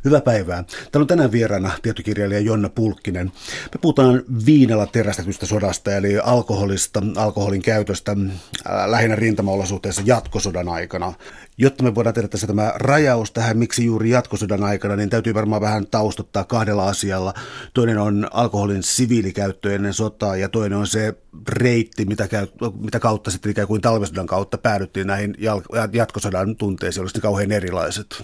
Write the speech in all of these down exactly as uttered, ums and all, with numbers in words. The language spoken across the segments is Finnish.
Hyvää päivää. Täällä on tänään vieraana tietokirjailija Jonna Pulkkinen. Me puhutaan viinalla terästetystä sodasta, eli alkoholista, alkoholin käytöstä äh, lähinnä rintamaolosuhteissa jatkosodan aikana. Jotta me voidaan tehdä tässä tämä rajaus tähän, miksi juuri jatkosodan aikana, niin täytyy varmaan vähän taustottaa kahdella asialla. Toinen on alkoholin siviilikäyttö ennen sotaa, ja toinen on se reitti, mitä, käy, mitä kautta sitten ikään kuin talvisodan kautta päädyttiin näihin jatkosodan tunteisiin, olisi ne kauhean erilaiset.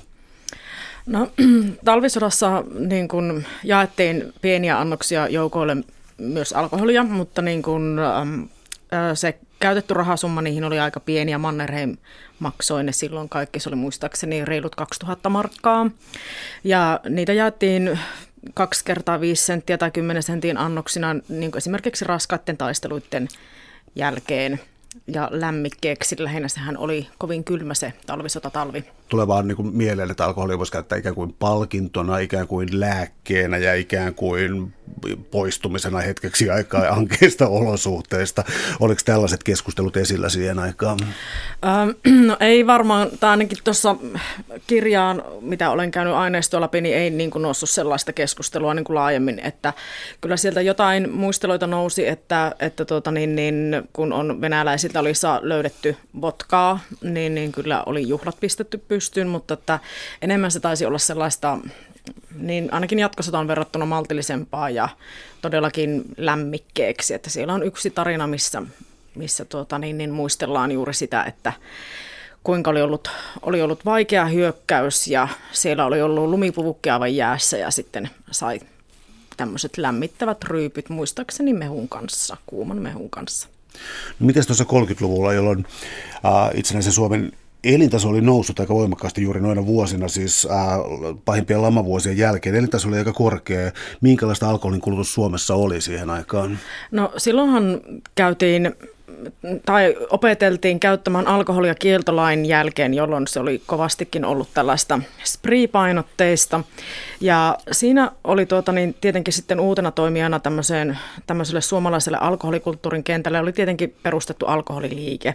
No, talvisodassa niin kun jaettiin pieniä annoksia joukoille myös alkoholia, mutta niin kun, äm, se käytetty rahasumma niihin oli aika pieni ja Mannerheim maksoi ne silloin kaikki. Se oli muistaakseni reilut kaksituhatta markkaa ja niitä jaettiin kaksi kertaa viisi senttiä tai kymmenen sentin annoksina niin kuin esimerkiksi raskaiden taisteluiden jälkeen. Ja lämmikkeeksi lähinnä sehän oli kovin kylmä se talvisota-talvi. Tulee vaan niin kuin mieleen, että alkoholia voisi käyttää ikään kuin palkintona, ikään kuin lääkkeenä ja ikään kuin poistumisena hetkeksi aikaa ankeista olosuhteista. Oliko tällaiset keskustelut esillä siihen aikaan? Ähm, no ei varmaan, tai ainakin tuossa kirjaan, mitä olen käynyt aineistoa läpi, niin ei niin kuin noussut sellaista keskustelua niin kuin laajemmin, että kyllä sieltä jotain muisteloita nousi, että, että tuota, niin, niin, kun on venäläisiltä oli löydetty vodkaa, niin, niin kyllä oli juhlat pistetty pystyyn, mutta että enemmän se taisi olla sellaista, niin ainakin jatkosotaan verrattuna maltillisempaa ja todellakin lämmikkeeksi, että siellä on yksi tarina, missä, missä tuota, niin, niin muistellaan juuri sitä, että kuinka oli ollut, oli ollut vaikea hyökkäys ja siellä oli ollut lumipuvukki aivan jäässä ja sitten sai tämmöiset lämmittävät ryypyt muistaakseni mehun kanssa, kuuman mehun kanssa. No, miten tuossa kolmekymmentäluvulla, jolloin äh, itsenäisen Suomen elintaso oli noussut aika voimakkaasti juuri noina vuosina, siis äh, pahimpien lamavuosien jälkeen. Elintaso oli aika korkea. Minkälaista alkoholin kulutus Suomessa oli siihen aikaan? No silloinhan käytiin tai opeteltiin käyttämään alkoholia kieltolain jälkeen, jolloin se oli kovastikin ollut tällaista spree-painotteista. Ja siinä oli tuota, niin tietenkin sitten uutena toimijana tämmöiseen, tämmöiselle suomalaiselle alkoholikulttuurin kentälle oli tietenkin perustettu alkoholiliike.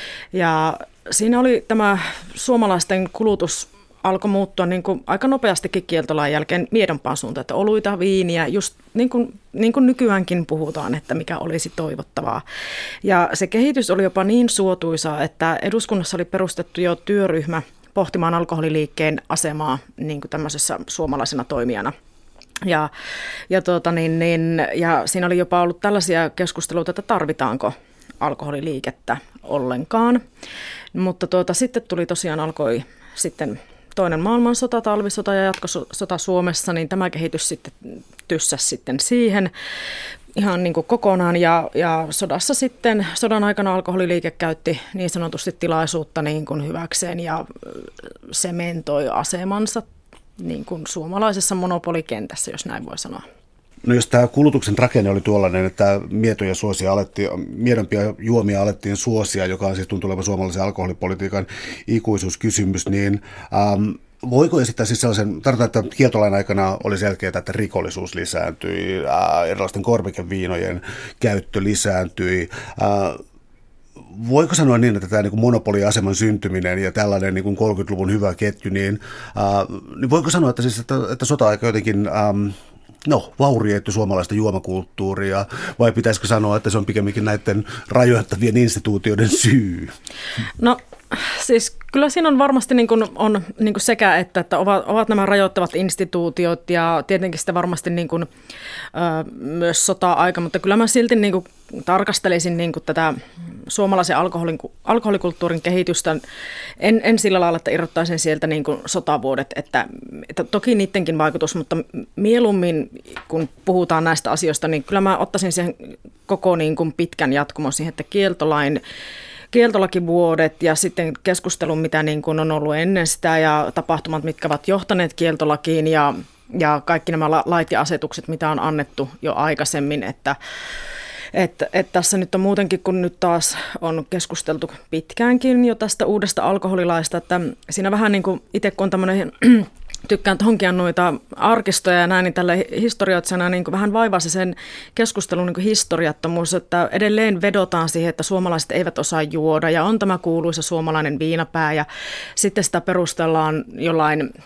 Ja siinä oli tämä suomalaisten kulutus alkoi muuttua niin kuin aika nopeastikin kieltolain jälkeen miedompaan suuntaan, että oluita, viiniä, just niin kuin, niin kuin nykyäänkin puhutaan, että mikä olisi toivottavaa. Ja se kehitys oli jopa niin suotuisaa, että eduskunnassa oli perustettu jo työryhmä pohtimaan alkoholiliikkeen asemaa niin kuin tämmöisessä suomalaisena toimijana. Ja, ja, tuota, niin, niin, ja siinä oli jopa ollut tällaisia keskusteluita, että tarvitaanko alkoholiliikettä ollenkaan. Mutta tuota, sitten tuli tosiaan alkoi sitten toinen maailmansota, talvisota ja jatkosota Suomessa, niin tämä kehitys sitten tyssäsi sitten siihen ihan niin kuin kokonaan. Ja, ja sodassa sitten, sodan aikana alkoholiliike käytti niin sanotusti tilaisuutta niin kuin hyväkseen ja sementoi asemansa niin kuin suomalaisessa monopolikentässä, jos näin voi sanoa. No jos tämä kulutuksen rakenne oli tuollainen, että mietoja suosia alettiin, miedompia juomia alettiin suosia, joka on siis tuntuu olevan suomalaisen alkoholipolitiikan ikuisuuskysymys, niin ähm, voiko esittää siis sellaisen, tarkoitan, että kieltolain aikana oli selkeää, että rikollisuus lisääntyi, äh, erilaisten korvikeviinojen käyttö lisääntyi, äh, voiko sanoa niin, että tämä niin kuin monopoliaseman syntyminen ja tällainen niin kuin kolmekymmentäluvun hyvä ketju, niin, äh, niin voiko sanoa, että, siis, että, että sota-aika jotenkin ähm, no, vaurioitti suomalaista juomakulttuuria, vai pitäisikö sanoa, että se on pikemminkin näiden rajoittavien instituutioiden syy? No siis kyllä siinä on varmasti niin kuin, on niin kuin sekä, että, että ovat, ovat nämä rajoittavat instituutiot ja tietenkin sitä varmasti niin kuin, ö, myös sota-aika, mutta kyllä mä silti niin kuin tarkastelisin niin kuin tätä suomalaisen alkoholin, alkoholikulttuurin kehitystä en, en sillä lailla, että irrottaisin sieltä niin kuin sotavuodet, että, että toki niidenkin vaikutus, mutta mieluummin kun puhutaan näistä asioista, niin kyllä mä ottaisin siihen koko niin kuin pitkän jatkumon siihen, että kieltolain kieltolakivuodet ja sitten keskustelun, mitä niin kuin on ollut ennen sitä ja tapahtumat, mitkä ovat johtaneet kieltolakiin ja, ja kaikki nämä lait ja asetukset, mitä on annettu jo aikaisemmin, että Että et tässä nyt on muutenkin, kun nyt taas on keskusteltu pitkäänkin jo tästä uudesta alkoholilaista, että siinä vähän niin kuin itse kun on tämmöinen, tykkään honkia noita arkistoja ja näin, niin tällä historioitsijana niin kuin vähän vaivasi sen keskustelun niin kuin historiattomuus, että edelleen vedotaan siihen, että suomalaiset eivät osaa juoda ja on tämä kuuluisa suomalainen viinapää ja sitten sitä perustellaan jollain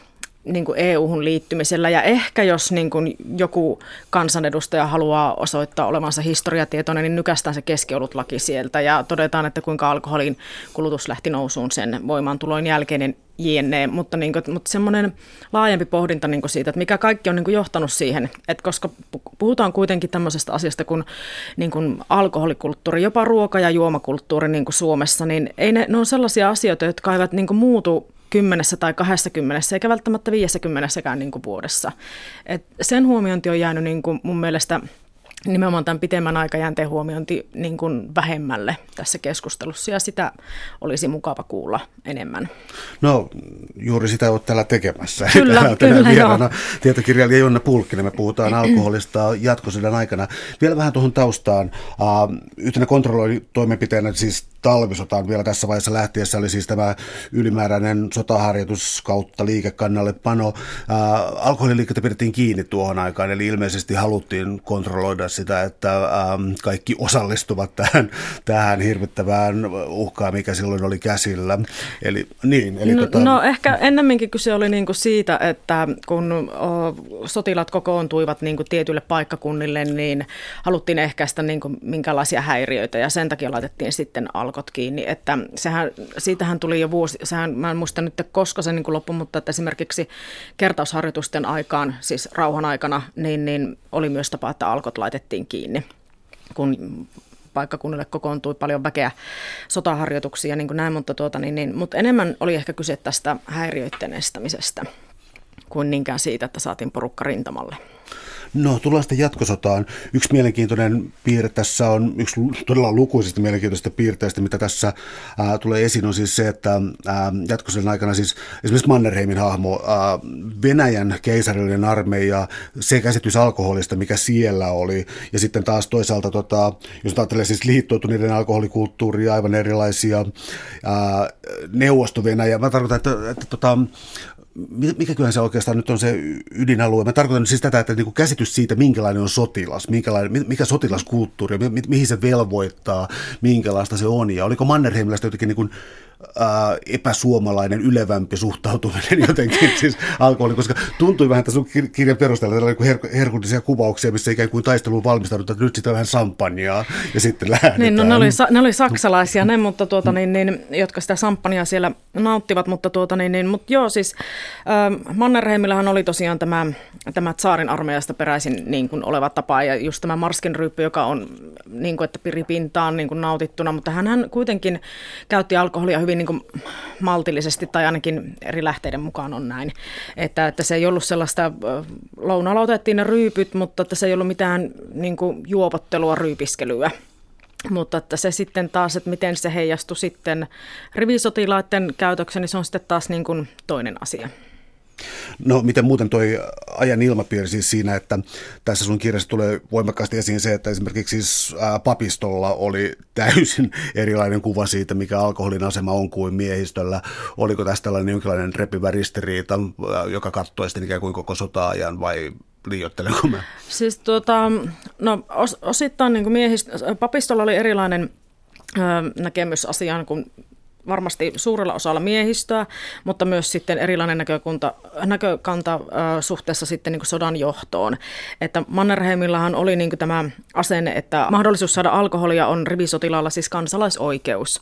niin kuin E U-hun liittymisellä ja ehkä jos niin kuin joku kansanedustaja haluaa osoittaa olevansa historiatietoinen, niin nykästään se keskiolutlaki sieltä ja todetaan, että kuinka alkoholin kulutus lähti nousuun sen voimaantulon jälkeen niin jne. Mutta, niin kuin, mutta semmoinen laajempi pohdinta niin kuin siitä, että mikä kaikki on niin kuin johtanut siihen, että koska puhutaan kuitenkin tämmöisestä asiasta kuin, niin kuin alkoholikulttuuri, jopa ruoka- ja juomakulttuuri niin kuin Suomessa, niin ei ne, ne on sellaisia asioita, jotka eivät niin kuin muutu kymmenessä tai kahdessakymmenessä, eikä välttämättä viidessäkymmenessäkään niin kuin vuodessa. Et sen huomiointi on jäänyt niin kuin mun mielestä nimenomaan tämän pitemmän aikajänteen huomiointi niin kuin vähemmälle tässä keskustelussa, ja sitä olisi mukava kuulla enemmän. No, juuri sitä olet täällä tekemässä. Kyllä, täällä kyllä vieraana tietokirjailija Jonna Pulkkinen. Me puhutaan alkoholista jatkosodan aikana. Vielä vähän tuohon taustaan. Uh, yhtenä kontrollitoimenpiteenä siis talvisotaan vielä tässä vaiheessa lähtiessä oli siis tämä ylimääräinen sotaharjoitus kautta liikekannallepano. Uh, alkoholiliikettä pidettiin kiinni tuohon aikaan, eli ilmeisesti haluttiin kontrolloida sitä, että ähm, kaikki osallistuvat tähän, tähän hirvittävään uhkaan, mikä silloin oli käsillä. Eli, niin, eli no, tota... no ehkä ennemminkin kyse oli niinku siitä, että kun o, sotilaat kokoontuivat niinku tietyille paikkakunnille, niin haluttiin ehkäistä niinku minkälaisia häiriöitä ja sen takia laitettiin sitten alkot kiinni. Että sehän, siitähän tuli jo vuosi, sehän, mä en muista nyt koska se niinku loppui, mutta että esimerkiksi kertausharjoitusten aikaan, siis rauhan aikana, niin, niin oli myös tapa, että alkot laitettiin kiinni, kun paikkakunnille kokoontui paljon väkeä sotaharjoituksia niin kuin näin, mutta, tuota, niin, niin, mutta enemmän oli ehkä kyse tästä häiriöiden estämisestä kuin niinkään siitä, että saatiin porukka rintamalle. No, tullaan sitten jatkosotaan. Yksi mielenkiintoinen piirre tässä on, yksi todella lukuisista mielenkiintoisista piirteistä, mitä tässä ää, tulee esiin, on siis se, että ää, jatkosodan aikana siis esimerkiksi Mannerheimin hahmo, ää, Venäjän keisarillinen armeija, se käsitys alkoholista, mikä siellä oli, ja sitten taas toisaalta, tota, jos ajattelee siis liittoutuneiden alkoholikulttuuria, aivan erilaisia, ää, Neuvosto-Venäjä, mä tarkoitan, että, että, että tota, mikäköhän se oikeastaan nyt on se ydinalue? Mä tarkoitan nyt siis tätä, että niinku käsitys siitä, minkälainen on sotilas, minkälainen, mikä sotilaskulttuuri, mi, mihin se velvoittaa, minkälaista se on. Ja oliko Mannerheimiläistä jotenkin niinku, ää, epäsuomalainen, ylevämpi suhtautuminen jotenkin siis alkoholiin, koska tuntui vähän tässä kirjan perusteella tällainen her- herkullisia kuvauksia, missä ikään kuin taisteluun valmistaudut, että nyt sitä vähän sampanjaa ja sitten lähdetään. Niin, no ne oli, ne oli saksalaisia ne, mutta tuota, niin, niin, jotka sitä sampanjaa siellä nauttivat, mutta, tuota, niin, niin, mutta joo, siis äh, Mannerheimillähän oli tosiaan tämä, tämä tsaarin armeijasta peräisin niin kuin oleva tapa, ja just tämä marskenryyppy, joka on niin kuin, että piripintaan niin kuin nautittuna, mutta hän kuitenkin käytti alkoholia hyvin niin kuin maltillisesti, tai ainakin eri lähteiden mukaan on näin, että, että se ei ollut sellaista, lounaalla otettiin ne ryypyt, mutta että se ei ollut mitään niin kuin juopottelua, ryypiskelyä. Mutta että se sitten taas, että miten se heijastui sitten rivisotilaiden käytöksen, niin se on sitten taas niin kuin toinen asia. No miten muuten toi ajan ilmapiiri siis siinä, että tässä sun kirjassa tulee voimakkaasti esiin se, että esimerkiksi siis papistolla oli täysin erilainen kuva siitä, mikä alkoholin asema on kuin miehistöllä. Oliko tästä tällainen jonkinlainen repivä ristiriita, joka katsoi sitten ikään kuin koko sota-ajan vai liioittelenko mä? Siis tuota, no os, osittain niin kuin miehistö, papistolla oli erilainen ö, näkemys asiaan kuin varmasti suurella osalla miehistöä, mutta myös sitten erilainen näkökunta, näkökanta äh, suhteessa sitten niin kuin sodan johtoon. Että Mannerheimillahan oli niin kuin tämä asenne, että mahdollisuus saada alkoholia on rivisotilaalla siis kansalaisoikeus.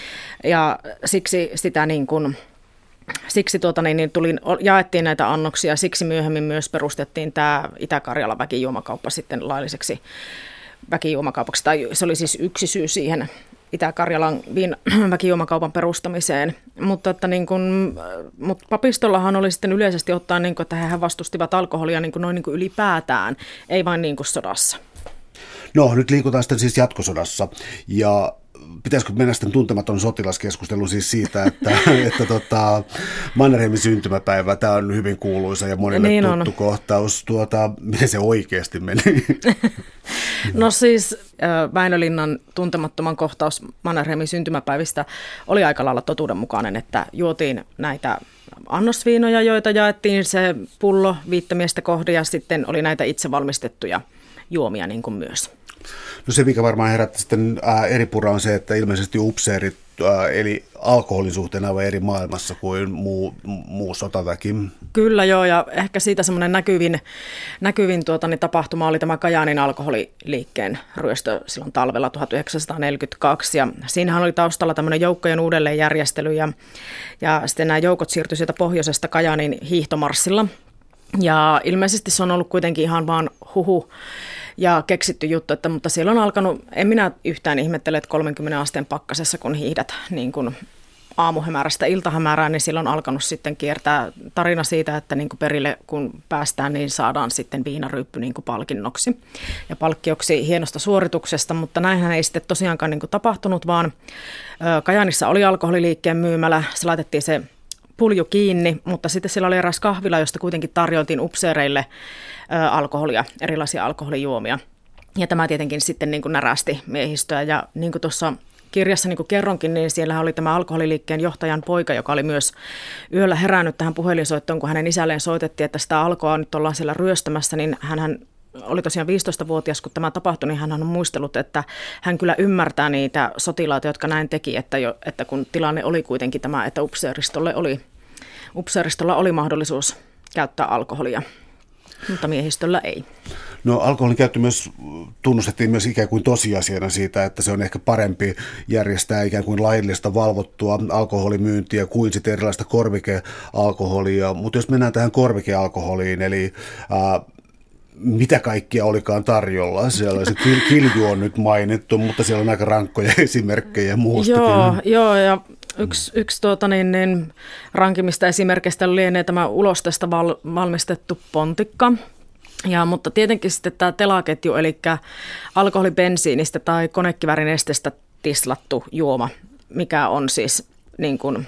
Ja siksi sitä niin kuin, siksi tuota, niin, niin tuli, jaettiin näitä annoksia, siksi myöhemmin myös perustettiin tämä Itä-Karjalan väkijuomakauppa sitten lailliseksi väkijuomakaupaksi. Tai se oli siis yksi syy siihen Itä-Karjalan väkijuomakaupan perustamiseen, mutta, että niin kuin, mutta papistollahan oli sitten yleisesti ottaen, niin kuin, että he vastustivat alkoholia niin kuin noin niin kuin ylipäätään, ei vain niin kuin sodassa. No nyt liikutaan sitten siis jatkosodassa, ja pitäisikö mennä sitten tuntematon sotilaskeskustelu siis siitä, että, että tota, Mannerheimin syntymäpäivä, tämä on hyvin kuuluisa ja monille niin tuttu on. Kohtaus. Tuota, miten se oikeasti meni? No siis Väinölinnan tuntemattoman kohtaus Mannerheimin syntymäpäivistä oli aika lailla totuudenmukainen, että juotiin näitä annosviinoja, joita jaettiin se pullo viittä miestä kohde, ja sitten oli näitä itse valmistettuja juomia niin kuin myös. No se, mikä varmaan herätti sitten ää, eri pura on se, että ilmeisesti upseerit ää, eli alkoholin suhteen aivan eri maailmassa kuin muu, muu sotaväki. Kyllä joo, ja ehkä siitä semmoinen näkyvin, näkyvin tuota, niin tapahtuma oli tämä Kajaanin alkoholiliikkeen ryöstö silloin talvella tuhatyhdeksänsataaneljäkymmentäkaksi, ja siinähän oli taustalla tämmöinen joukkojen uudelleenjärjestely, ja, ja sitten nämä joukot siirtyi sieltä pohjoisesta Kajaanin hiihtomarssilla, ja ilmeisesti se on ollut kuitenkin ihan vaan huhu, ja keksitty juttu, että, mutta siellä on alkanut, en minä yhtään ihmettele, että kolmenkymmenen asteen pakkasessa, kun hiihdät niin kuin aamuhämärästä iltahämärään, niin silloin on alkanut sitten kiertää tarina siitä, että niin kuin perille kun päästään, niin saadaan sitten viinaryyppy niin kuin palkinnoksi ja palkkioksi hienosta suorituksesta, mutta näinhän ei sitten tosiaankaan niin kuin tapahtunut, vaan Kajaanissa oli alkoholiliikkeen myymälä, se laitettiin se pulju kiinni, mutta sitten siellä oli eräs kahvila, josta kuitenkin tarjoltiin upseereille ä, alkoholia, erilaisia alkoholijuomia. Ja tämä tietenkin sitten niin kuin närästi miehistöä. Ja niin kuin tuossa kirjassa niin kuin kerronkin, niin siellä oli tämä alkoholiliikkeen johtajan poika, joka oli myös yöllä herännyt tähän puhelinsoittoon, kun hänen isälleen soitettiin, että sitä alkoa nyt ollaan siellä ryöstämässä, niin hän oli tosiaan viisitoistavuotias, kun tämä tapahtui, niin hän on muistellut, että hän kyllä ymmärtää niitä sotilaita, jotka näin teki, että, jo, että kun tilanne oli kuitenkin tämä, että upseeristolle oli, upseeristolla oli mahdollisuus käyttää alkoholia, mutta miehistöllä ei. No alkoholin käyttö myös tunnustettiin myös ikään kuin tosiasiana siitä, että se on ehkä parempi järjestää ikään kuin laillista valvottua alkoholimyyntiä kuin sitten erilaista korvikealkoholia, mutta jos mennään tähän korvikealkoholiin, eli äh, mitä kaikkia olikaan tarjolla. Siellä se kilju on nyt mainittu, mutta siellä on aika rankkoja esimerkkejä muustakin. Joo, joo ja yksi, yksi tuota niin, niin, rankimista esimerkistä lienee tämä ulostesta val, valmistettu pontikka. Ja, mutta tietenkin sitten tämä telaketju, eli alkoholibensiinistä tai konekivärinestestä tislattu juoma, mikä on siis niin kuin,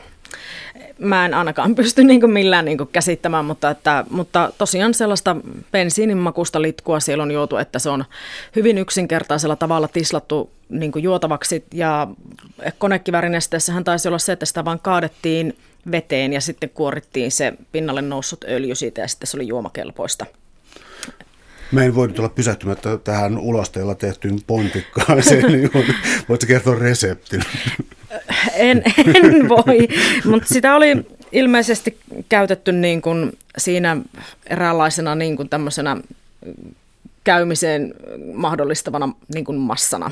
mä en ainakaan pysty niin kuin millään niin kuin käsittämään, mutta, että, mutta tosiaan sellaista bensiinin makusta litkua siellä on juotu, että se on hyvin yksinkertaisella tavalla tislattu niin kuin juotavaksi. Ja konekivärinesteessähän taisi olla se, että sitä vaan kaadettiin veteen ja sitten kuorittiin se pinnalle noussut öljy siitä ja sitten se oli juomakelpoista. Mä en voi nyt olla pysähtymättä tähän ulosteella tehtyyn pontikkaan. Se, niin on, voitko kertoa reseptin? En, en voi, mutta sitä oli ilmeisesti käytetty niin kuin siinä eräänlaisena niin kuin tämmöisenä käymiseen mahdollistavana niin kuin massana.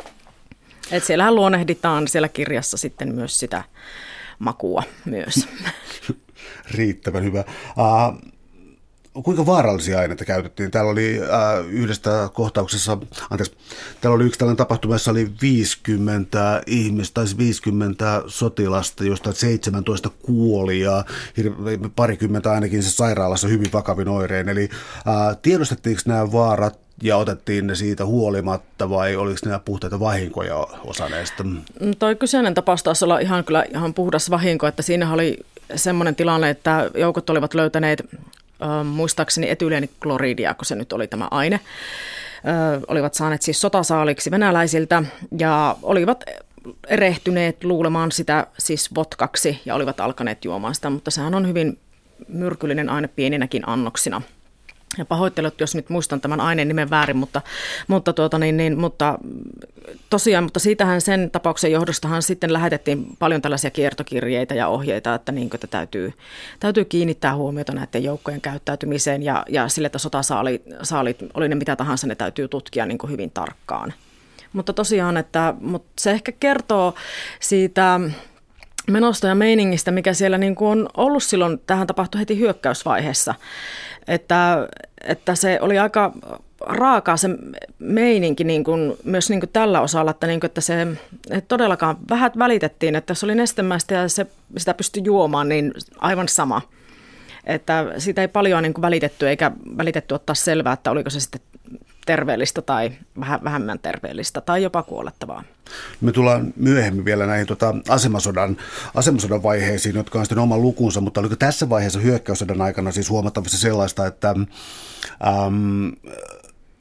Et siellähän luonnehditaan siellä kirjassa sitten myös sitä makua myös. Riittävän hyvä. Uh, Kuinka vaarallisia aineita käytettiin? Täällä oli äh, yhdestä kohtauksessa, anteeksi, täällä oli yksi tällainen tapahtuma, jossa oli viisikymmentä ihmistä, tai viisikymmentä sotilasta, josta seitsemäntoista kuoli ja parikymmentä ainakin se sairaalassa hyvin vakavin oirein. Eli äh, tiedostettiinko nämä vaarat ja otettiin ne siitä huolimatta vai oliko nämä puhtaita vahinkoja osa näistä? Toi kyseinen tapaus taisi olla ihan, kyllä, ihan puhdas vahinko, että siinä oli semmoinen tilanne, että joukot olivat löytäneet muistaakseni etyleenikloridea, kun se nyt oli tämä aine, ö, olivat saaneet siis sotasaaliksi venäläisiltä ja olivat erehtyneet luulemaan sitä siis vodkaksi ja olivat alkaneet juomaan sitä, mutta sehän on hyvin myrkyllinen aine pieninäkin annoksina. Ja pahoittelut, jos nyt muistan tämän aineen nimen väärin, mutta, mutta, tuota, niin, niin, mutta tosiaan, mutta siitähän sen tapauksen johdostahan sitten lähetettiin paljon tällaisia kiertokirjeitä ja ohjeita, että, niin, että täytyy, täytyy kiinnittää huomiota näiden joukkojen käyttäytymiseen ja, ja sille, että sotasaalit, saalit, oli ne mitä tahansa, ne täytyy tutkia niin kuin hyvin tarkkaan. Mutta tosiaan, että, mutta se ehkä kertoo siitä menosta ja meiningistä, mikä siellä niin kuin on ollut silloin, tähän tapahtui heti hyökkäysvaiheessa. Että, että se oli aika raakaa se meininki niin kuin, myös niin kuin tällä osalla, että, niin kuin, että se että todellakaan vähät välitettiin, että se oli nestemäistä ja se, sitä pystyi juomaan, niin aivan sama. Että siitä ei paljon niin kuin välitetty eikä välitetty ottaa selvää, että oliko se sitten terveellistä tai vähän vähemmän terveellistä tai jopa kuolettavaa. Me tullaan myöhemmin vielä näihin tuota, asemasodan, asemasodan vaiheisiin, jotka on sitten oma lukunsa, mutta oliko tässä vaiheessa hyökkäyssodan aikana siis huomattavasti sellaista, että äm,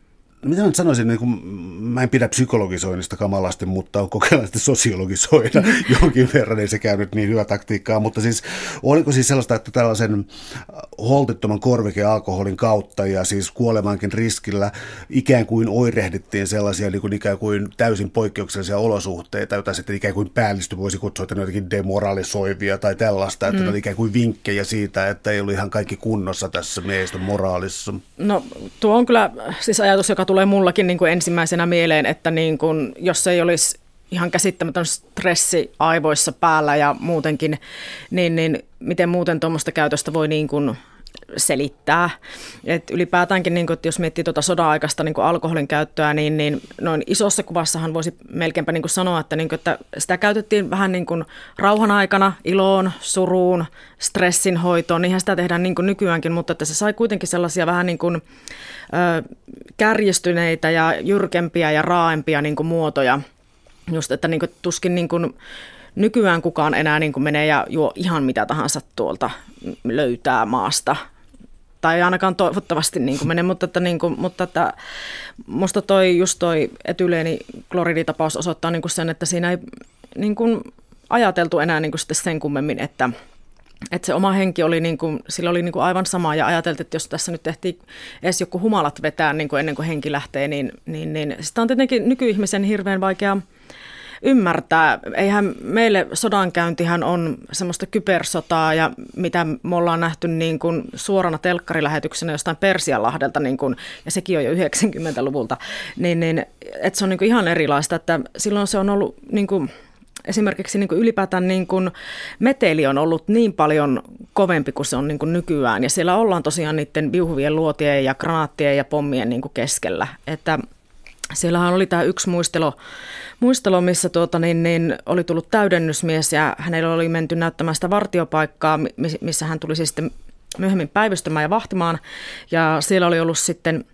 mitä mä nyt sanoisin, niin kuin, mä en pidä psykologisoinnista kamalasti, mutta kokeillaan sitten sosiologisoida jonkin verran, ei se käynyt niin hyvä taktiikkaa, mutta siis oliko siis sellaista, että tällaisen holtittoman korvikealkoholin kautta ja siis kuolemankin riskillä ikään kuin oirehdittiin sellaisia niin kuin ikään kuin täysin poikkeuksellisia olosuhteita, joita sitten ikään kuin päällistö voisi kutsua, että ne jotenkin demoralisoivia tai tällaista, että mm. ne oli ikään kuin vinkkejä siitä, että ei ollut ihan kaikki kunnossa tässä meistä moraalissa. No tuo on kyllä siis ajatus, joka tulee mullakin niin kuin ensimmäisenä mieleen, että niin kuin, jos ei olisi ihan käsittämätön stressi aivoissa päällä ja muutenkin, niin, niin miten muuten tuommoista käytöstä voi niin kuin selittää. Et ylipäätäänkin, niin kuin, että jos miettii tuota sodan-aikaista niin kuin alkoholin käyttöä, niin, niin noin isossa kuvassahan voisi melkeinpä niin kuin sanoa, että, niin kuin, että sitä käytettiin vähän niin kuin rauhan aikana iloon, suruun, stressin hoitoon. Niinhän sitä tehdään niin kuin nykyäänkin, mutta että se sai kuitenkin sellaisia vähän niin kuin, ö, kärjistyneitä ja jyrkempiä ja raaempia niin kuin muotoja. Just, että niin kuin, tuskin niin kuin nykyään kukaan enää niin kuin menee ja juo ihan mitä tahansa tuolta löytää maasta. Tai ainakaan toivottavasti niin kuin menee, mutta että, niin kuin, mutta että musta toi, just toi etyleenikloriditapaus osoittaa niin kuin sen, että siinä ei niin kuin ajateltu enää niin kuin sitten sen kummemmin, että, että se oma henki oli, niin kuin, sillä oli niin kuin aivan sama ja ajateltiin, että jos tässä nyt tehtiin edes joku humalat vetää niin kuin ennen kuin henki lähtee, niin, niin, niin sitä on tietenkin nykyihmisen hirveän vaikea ymmärtää. Eihän meille sodankäyntihän on semmoista kybersotaa ja mitä me ollaan nähty niin kuin suorana telkkarilähetyksenä jostain Persianlahdelta niin kuin, ja sekin on jo yhdeksänkymmentäluvulta, niin, niin että se on niin kuin ihan erilaista, että silloin se on ollut niin kuin, esimerkiksi niin kuin ylipäätään niin kuin meteli on ollut niin paljon kovempi kuin se on niin kuin nykyään ja siellä ollaan tosiaan niiden viuhuvien luotien ja granaattien ja pommien niin kuin keskellä, että siellähän oli tämä yksi muistelo, muistelo missä tuota, niin, niin, oli tullut täydennysmies ja hänellä oli menty näyttämään sitä vartiopaikkaa, missä hän tuli siis sitten myöhemmin päivystämään ja vahtimaan. Ja siellä oli ollut sitten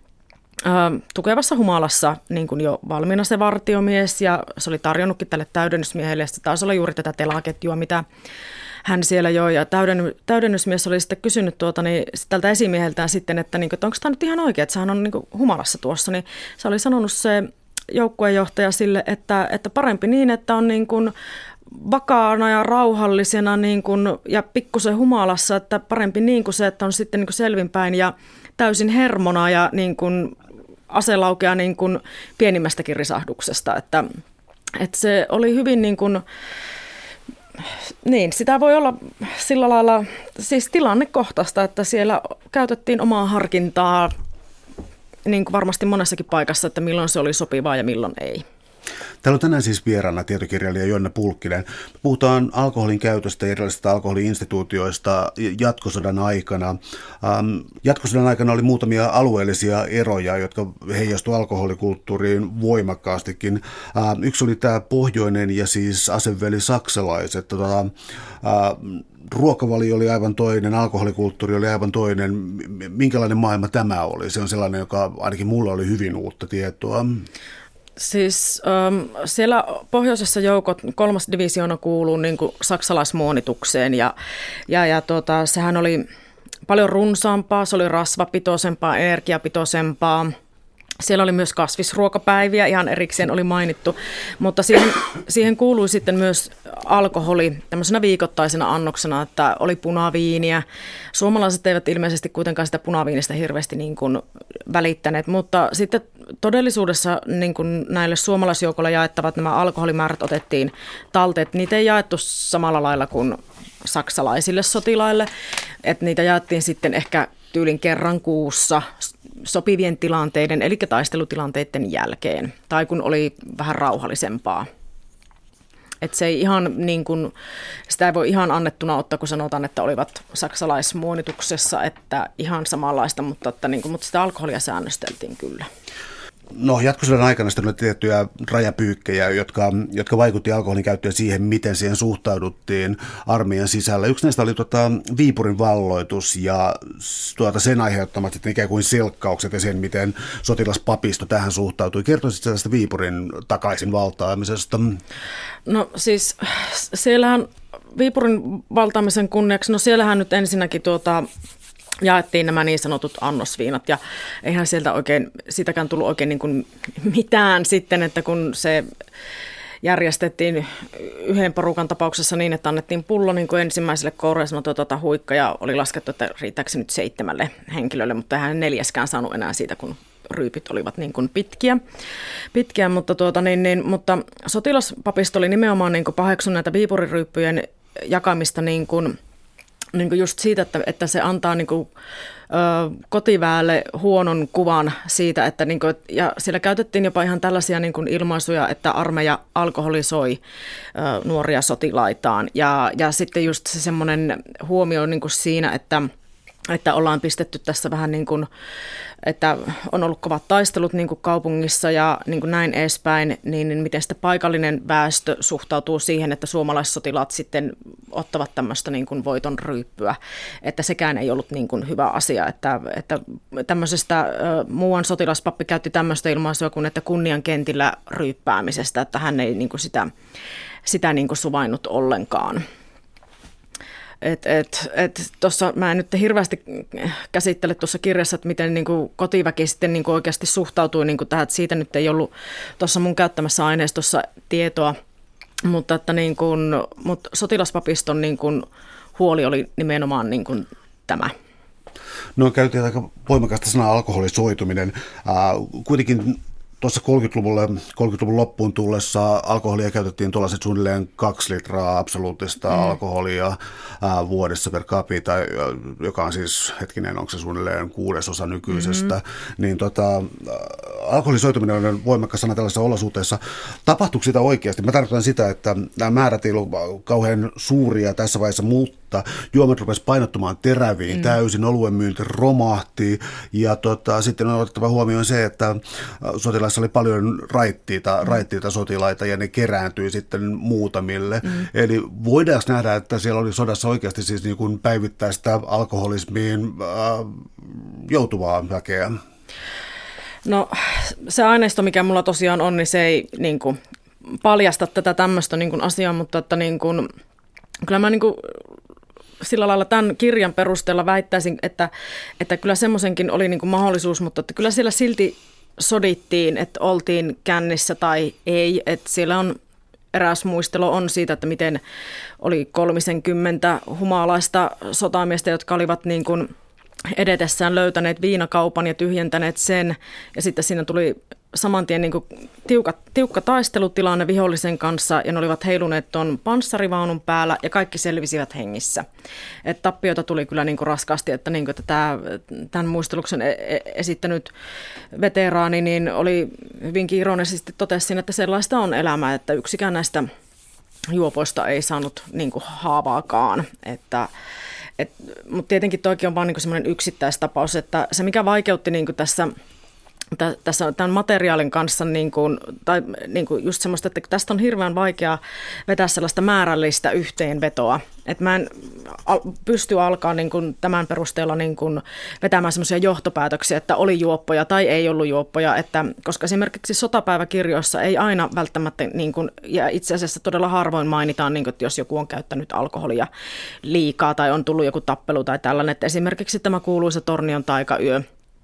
ä, tukevassa humalassa niin kuin jo valmiina se vartiomies ja se oli tarjonnutkin tälle täydennysmiehelle. Ja se taisi olla juuri tätä telaketjua, mitä hän siellä joi ja täydenny, täydennysmies oli sitten kysynyt tuota, niin, tältä esimieheltään sitten, että, niin, että onko tämä nyt ihan oikein, että sehän on niin kuin humalassa tuossa. Niin se oli sanonut se joukkuejohtaja sille, että, että parempi niin, että on niin kuin vakaana ja rauhallisena niin kuin, ja pikkusen humalassa, että parempi niin kuin se, että on sitten niin kuin selvinpäin ja täysin hermona ja niin kuin aselaukea niin kuin pienimmästäkin risahduksesta. Että, että se oli hyvin niin kuin niin, sitä voi olla sillä lailla siis tilannekohtaista, että siellä käytettiin omaa harkintaa niin kuin varmasti monessakin paikassa, että milloin se oli sopivaa ja milloin ei. Täällä on tänään siis vieraana tietokirjailija Jonna Pulkkinen. Puhutaan alkoholin käytöstä ja erilaisista alkoholi-instituutioista jatkosodan aikana. Ähm, jatkosodan aikana oli muutamia alueellisia eroja, jotka heijastuivat alkoholikulttuuriin voimakkaastikin. Ähm, yksi oli tämä pohjoinen ja siis aseveli saksalaiset. Tota, äh, ruokavalio oli aivan toinen, alkoholikulttuuri oli aivan toinen. Minkälainen maailma tämä oli? Se on sellainen, joka ainakin mulla oli hyvin uutta tietoa. Siis ähm, siellä pohjoisessa joukot, kolmas divisioona kuuluu niin kuin saksalaismuonitukseen ja, ja, ja tuota, sehän oli paljon runsaampaa, se oli rasvapitoisempaa, energiapitoisempaa. Siellä oli myös kasvisruokapäiviä, ihan erikseen oli mainittu, mutta siihen, siihen kuului sitten myös alkoholi tämmöisenä viikoittaisena annoksena, että oli punaviiniä. Suomalaiset eivät ilmeisesti kuitenkaan sitä punaviinistä hirveästi niin kuin välittäneet, mutta sitten todellisuudessa niin kuin näille suomalaisjoukoille jaettavat nämä alkoholimäärät otettiin talteen. Niitä ei jaettu samalla lailla kuin saksalaisille sotilaille, että niitä jaettiin sitten ehkä tyylin kerran kuussa sopivien tilanteiden, eli taistelutilanteiden jälkeen, tai kun oli vähän rauhallisempaa. Että se ei ihan niin kuin, sitä ei voi ihan annettuna ottaa, kun sanotaan, että olivat saksalaismuonituksessa, että ihan samanlaista, mutta, että niin kuin, mutta sitä alkoholia säännösteltiin kyllä. No jatkosodan aikana sitten oli tiettyjä rajapyykkejä, jotka, jotka vaikutti alkoholin käyttöön siihen, miten siihen suhtauduttiin armeijan sisällä. Yksi näistä oli tuota, Viipurin valloitus ja tuota, sen aiheuttamat sitten ikään kuin selkkaukset ja sen, miten sotilaspapisto tähän suhtautui. Kertoisitko tästä Viipurin takaisin valtaamisesta? No siis siellähän Viipurin valtaamisen kunniaksi, no siellähän nyt ensinnäkin tuota jaettiin nämä niin sanotut annosviinat ja eihän sieltä oikein, sitäkään tullut oikein niin kuin mitään sitten, että kun se järjestettiin yhden porukan tapauksessa niin, että annettiin pullo niin kuin ensimmäiselle kourulle, sanottu tuota huikka ja oli laskettu, että riittääkö se nyt seitsemälle henkilölle, mutta eihän neljäskään saanut enää siitä, kun ryypit olivat niin kuin pitkiä, pitkiä mutta, tuota, niin, niin, mutta sotilaspapisto oli nimenomaan niin kuin paheksun näitä viipuriryyppyjen jakamista niin kuin, niin kuin just siitä, että, että se antaa niin kuin, ö, kotiväelle huonon kuvan siitä, että niin kuin, ja siellä käytettiin jopa ihan tällaisia niin kuin ilmaisuja, että armeija alkoholisoi ö, nuoria sotilaitaan ja, ja sitten just se semmoinen huomio niin kuin siinä, että että ollaan pistetty tässä vähän niin kuin, että on ollut kovat taistelut niin kuin kaupungissa ja niin kuin näin edespäin, niin, niin miten sitten paikallinen väestö suhtautuu siihen, että suomalaissotilaat sitten ottavat tämmöistä niin kuin voiton ryyppyä, että sekään ei ollut niin kuin hyvä asia, että, että tämmöisestä muuan sotilaspappi käytti tämmöistä ilmaisua kuin, että kunnian kentillä ryyppäämisestä, että hän ei niin kuin sitä, sitä niin kuin suvainnut ollenkaan. Et, et, et tossa, mä en nyt hirveästi käsittele tuossa kirjassa, että miten niin kuin kotiväki sitten niin kuin oikeasti suhtautui niin kuin tähän, että siitä nyt ei ollut tuossa mun käyttämässä aineistossa tietoa, mutta, että niin kuin, mutta sotilaspapiston niin kuin huoli oli nimenomaan niin kuin tämä. No käytiin aika voimakasta sanaa alkoholisoituminen. Äh, kuitenkin tuossa kolmekymmentäluvulle, kolmekymmentäluvun loppuun tullessa alkoholia käytettiin tuollaiset suunnilleen kaksi litraa absoluuttista mm. alkoholia ää, vuodessa per capita, joka on siis, hetkinen, onko se suunnilleen kuudesosa nykyisestä. Mm-hmm. Niin tota, alkoholisoituminen on voimakas sana tällaisessa olosuhteessa. Tapahtuuko sitä oikeasti? Mä tarkoitan sitä, että nämä määrät ei ollut kauhean suuria tässä vaiheessa, mutta juomat rupesi painottumaan teräviin mm. täysin, oluen myynti romahti ja tota, sitten on otettava huomioon se, että sotilaissa oli paljon raittiita, mm. raittiita sotilaita ja ne kerääntyi sitten muutamille. Mm. Eli voidaanko nähdä, että siellä oli sodassa oikeasti siis niin kuin päivittäistä alkoholismiin äh, joutuvaa väkeä? No se aineisto, mikä mulla tosiaan on, niin se ei niin kuin paljasta tätä tämmöistä niin kuin asiaa, mutta että niin kuin, kyllä mä niin kuin sillä lailla tämän kirjan perusteella väittäisin, että, että kyllä semmoisenkin oli niin kuin mahdollisuus, mutta että kyllä siellä silti sodittiin, että oltiin kännissä tai ei, että siellä on eräs muistelo on siitä, että miten oli kolmisenkymmentä humalaista sotamiestä, jotka olivat niin kuin edetessään löytäneet viinakaupan ja tyhjentäneet sen, ja sitten siinä tuli saman tien niin kuin tiukka, tiukka taistelutilanne vihollisen kanssa, ja ne olivat heiluneet tuon panssarivaunun päällä, ja kaikki selvisivät hengissä. Et tappioita tuli kyllä niin kuin raskaasti, että, niin kuin, että tämä, tämän muisteluksen esittänyt veteraani niin oli hyvinkin ironisesti totesi, että sellaista on elämä, että yksikään näistä juopoista ei saanut niin kuin haavaakaan, että mutta tietenkin toikin on vain niinku semmoinen yksittäistapaus, että se mikä vaikeutti niinku tässä, tä, tässä tämän materiaalin kanssa, niinku, tai niinku just semmoista, että tästä on hirveän vaikea vetää sellaista määrällistä yhteenvetoa, että mä en al, pysty alkaa niinku tämän perusteella niinku vetämään semmoisia johtopäätöksiä, että oli juoppoja tai ei ollut juoppoja, että, koska esimerkiksi sotapäiväkirjoissa ei aina välttämättä, niinku, ja itse asiassa todella harvoin mainitaan, niinku, että jos joku on käyttänyt alkoholia liikaa tai on tullut joku tappelu tai tällainen, että esimerkiksi tämä kuuluisa Tornion taikayö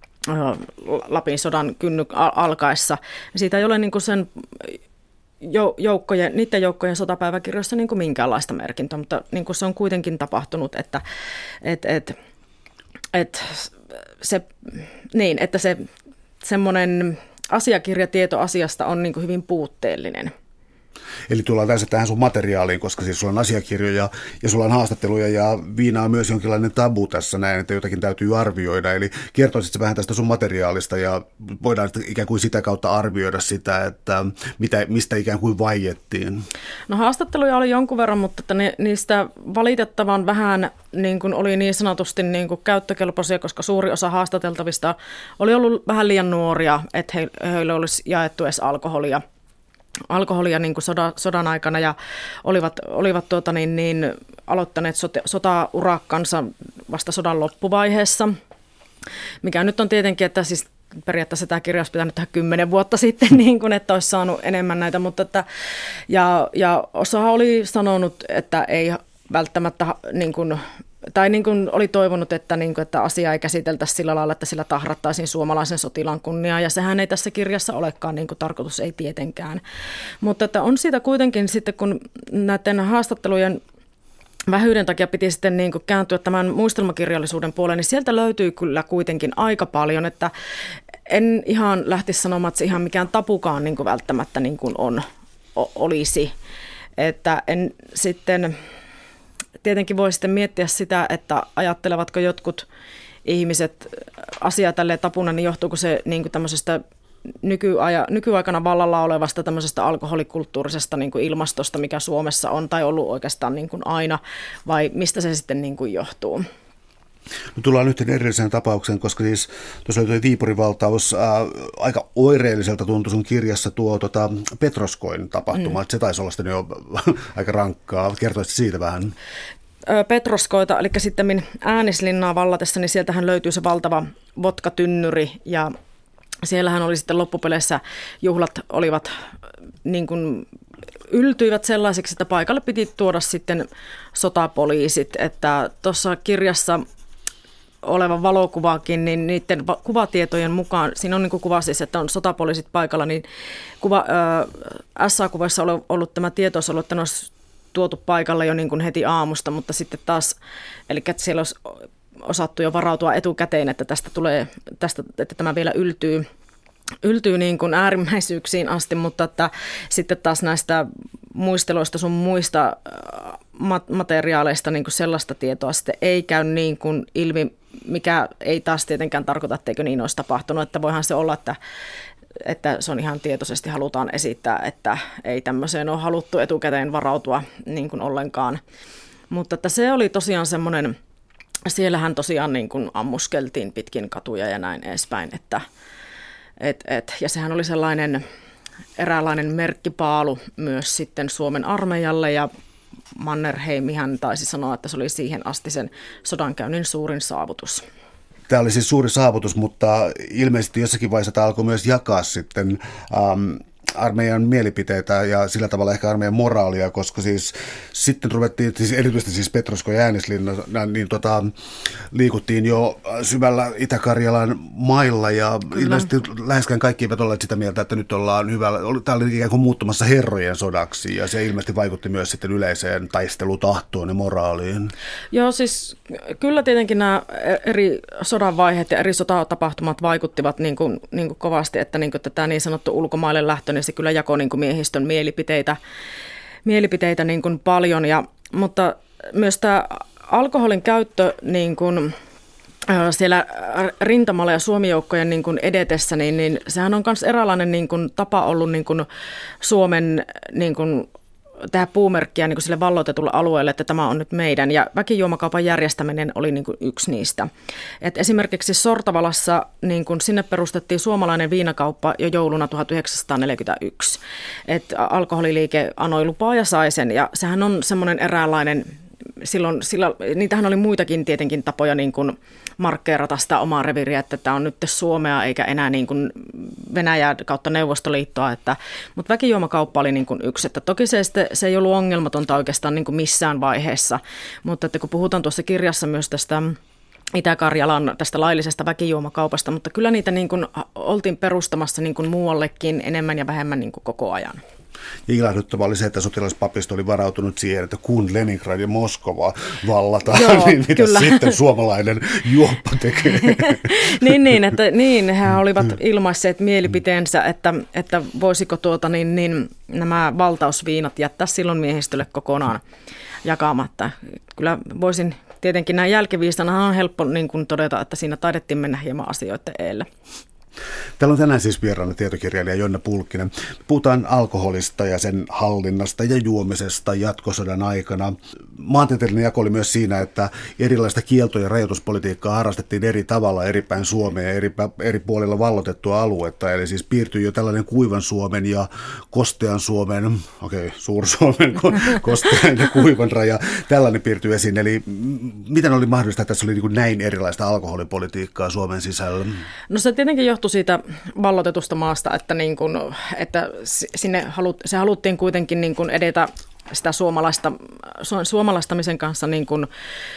Lapin sodan kynny alkaessa, siitä ei ole niinku sen joukkojen, niiden joukkojen sotapäiväkirjoissa niin kuin minkäänlaista merkintöä, mutta niin kuin se on kuitenkin tapahtunut, että, et, et, et se, niin, että se semmoinen asiakirjatieto asiasta on niin kuin hyvin puutteellinen. Eli tullaan tässä tähän sun materiaaliin, koska siis sulla on asiakirjoja ja sulla on haastatteluja ja viina on myös jonkinlainen tabu tässä näin, että jotakin täytyy arvioida. Eli kertoisitko vähän tästä sun materiaalista ja voidaan ikään kuin sitä kautta arvioida sitä, että mitä, mistä ikään kuin vaiettiin? No haastatteluja oli jonkun verran, mutta että ne, niistä valitettavan vähän niin kuin oli niin sanotusti niin kuin käyttökelpoisia, koska suuri osa haastateltavista oli ollut vähän liian nuoria, että he, heille olisi jaettu edes alkoholia. alkoholia niin kuin sodan, sodan aikana ja olivat, olivat tuota niin, niin, aloittaneet sote, sotaurakkansa vasta sodan loppuvaiheessa, mikä nyt on tietenkin, että siis periaatteessa tämä kirja olisi pitänyt tehdä kymmenen vuotta sitten, niin kuin, että olisi saanut enemmän näitä, mutta että, ja, ja osa oli sanonut, että ei välttämättä niin kuin, tai niin kuin oli toivonut, että, niin kuin, että asiaa ei käsiteltäisi sillä lailla, että sillä tahrattaisiin suomalaisen sotilaan kunniaa, ja sehän ei tässä kirjassa olekaan niin kuin tarkoitus, ei tietenkään. Mutta että on siitä kuitenkin sitten, kun näiden haastattelujen vähyyden takia piti sitten niin kuin kääntyä tämän muistelmakirjallisuuden puoleen, niin sieltä löytyy kyllä kuitenkin aika paljon, että en ihan lähtisi sanomaan, että se ihan mikään tapukaan niin kuin välttämättä niin kuin on, o, olisi. Että en sitten, tietenkin voi sitten miettiä sitä, että ajattelevatko jotkut ihmiset asiaa tälleen tapuna, niin johtuuko se niin kuin tämmöisestä nykyaja, nykyaikana vallalla olevasta tämmöisestä alkoholikulttuurisesta niin kuin ilmastosta, mikä Suomessa on tai ollut oikeastaan niin kuin aina, vai mistä se sitten niin kuin johtuu? No, tullaan nyt erilliseen tapaukseen, koska siis tuossa oli tuo Viipurin valtaus, ää, aika oireelliselta tuntui sun kirjassa tuo tota, Petroskoin tapahtuma, mm. että se taisi olla sitten jo aika rankkaa. Kertoisitko siitä vähän? Petroskoita, eli sitten Äänislinnaa vallatessa, niin sieltähän löytyy se valtava vodkatynnyri, ja siellähän oli sitten loppupeleissä juhlat olivat niin kuin yltyivät sellaisiksi, että paikalle piti tuoda sitten sotapoliisit, että tuossa kirjassa oleva valokuvaakin, niin niiden kuvatietojen mukaan, siinä on niin kuin kuva siis, että on sotapoliisit paikalla, niin kuva, äh, S A-kuvassa on ollut tämä tieto, olisi ollut, että ne olisi tuotu paikalle jo niin kuin heti aamusta, mutta sitten taas, eli että siellä olisi osattu jo varautua etukäteen, että tästä tulee, tästä, että tämä vielä yltyy, yltyy niin kuin äärimmäisyyksiin asti, mutta että sitten taas näistä muisteloista sun muista materiaaleista niin kuin sellaista tietoa sitten ei käy niin kuin ilmi, mikä ei taas tietenkään tarkoita, etteikö niin olisi tapahtunut, että voihan se olla, että että se on ihan tietoisesti halutaan esittää, että ei tämmöiseen ole haluttu etukäteen varautua niin kuin ollenkaan. Mutta että se oli tosiaan semmoinen, siellähän tosiaan niin kuin ammuskeltiin pitkin katuja ja näin edespäin. Että, et, et, ja sehän oli sellainen eräänlainen merkkipaalu myös sitten Suomen armeijalle, ja Mannerheimihan taisi sanoa, että se oli siihen asti sen sodankäynnin suurin saavutus. Tämä oli siis suuri saavutus, mutta ilmeisesti jossakin vaiheessa tämä alkoi myös jakaa sitten ähm, armeijan mielipiteitä ja sillä tavalla ehkä armeijan moraalia, koska siis sitten ruvettiin, siis erityisesti siis Petrosko ja Äänislinna, niin tota, liikuttiin jo syvällä Itä-Karjalan mailla, ja kyllä, ilmeisesti läheskään kaikki eivät olleet sitä mieltä, että nyt ollaan hyvällä, tämä oli ikään kuin muuttumassa herrojen sodaksi, ja se ilmeisesti vaikutti myös sitten yleiseen taistelutahtoon ja moraaliin. Joo, siis kyllä tietenkin nämä eri sodan vaiheet ja eri sotatapahtumat vaikuttivat niin kuin, niin kuin kovasti, että, niin kuin, että tämä niin sanottu ulkomaille lähtö, niin se kyllä jakoi niin kuin miehistön mielipiteitä, mielipiteitä niin kuin paljon, ja, mutta myös tämä alkoholin käyttö niin kuin, siellä rintamalla ja Suomi-joukkojen niin kuin edetessä, niin, niin sehän on myös eräänlainen niin kuin tapa ollut niin kuin Suomen niin kuin tehdä puumerkkiä niin kuin sille valloitetulle alueelle, että tämä on nyt meidän. Ja väkijuomakaupan järjestäminen oli niin kuin yksi niistä. Et esimerkiksi Sortavalassa niin kuin sinne perustettiin suomalainen viinakauppa jo jouluna tuhatyhdeksänsataaneljäkymmentäyksi. Et alkoholiliike anoi lupaa ja sai sen. Ja sehän on semmoinen eräänlainen, silloin, silloin, niitähän oli muitakin tietenkin tapoja niin kuin markkeerata sitä omaa reviiriä, että tämä on nyt Suomea eikä enää niin kuin Venäjää kautta Neuvostoliittoa, että, mutta väkijuomakauppa oli niin kuin yksi, että toki se, se ei ollut ongelmatonta oikeastaan niin kuin missään vaiheessa, mutta että kun puhutaan tuossa kirjassa myös tästä Itä-Karjalan tästä laillisesta väkijuomakaupasta, mutta kyllä niitä niin kuin oltiin perustamassa niin kuin muuallekin enemmän ja vähemmän niin kuin koko ajan. Ja ilahduttava oli se, että sotilaspapisto oli varautunut siihen, että kun Leningrad ja Moskova vallataan, joo, niin mitä kyllä sitten suomalainen juoppa tekee. niin, niin, että niin, he olivat ilmaisseet mielipiteensä, että, että voisiko tuota, niin, niin, nämä valtausviinat jättää silloin miehistölle kokonaan jakamatta. Kyllä voisin tietenkin näin jälkiviistana on helppo niin kuin todeta, että siinä taidettiin mennä hieman asioiden eelle. Täällä on tänään siis vieraana tietokirjailija Jonna Pulkkinen. Puhutaan alkoholista ja sen hallinnasta ja juomisesta jatkosodan aikana. Maantieteellinen jako oli myös siinä, että erilaista kielto- ja rajoituspolitiikkaa harrastettiin eri tavalla eri päin Suomea ja eri, eri puolilla vallotettua aluetta. Eli siis piirtyi jo tällainen kuivan Suomen ja kostean Suomen, okei, okay, Suur-Suomen, kostean ja kuivan raja. Tällainen piirtyi esiin. Eli miten oli mahdollista, että tässä oli niin kuin näin erilaista alkoholipolitiikkaa Suomen sisällä? No se tietenkin johtui siitä vallotetusta maasta, että, niin kuin, että sinne halut, se haluttiin kuitenkin niin kuin edetä sitä suomalaista, suomalaistamisen kanssa niin kuin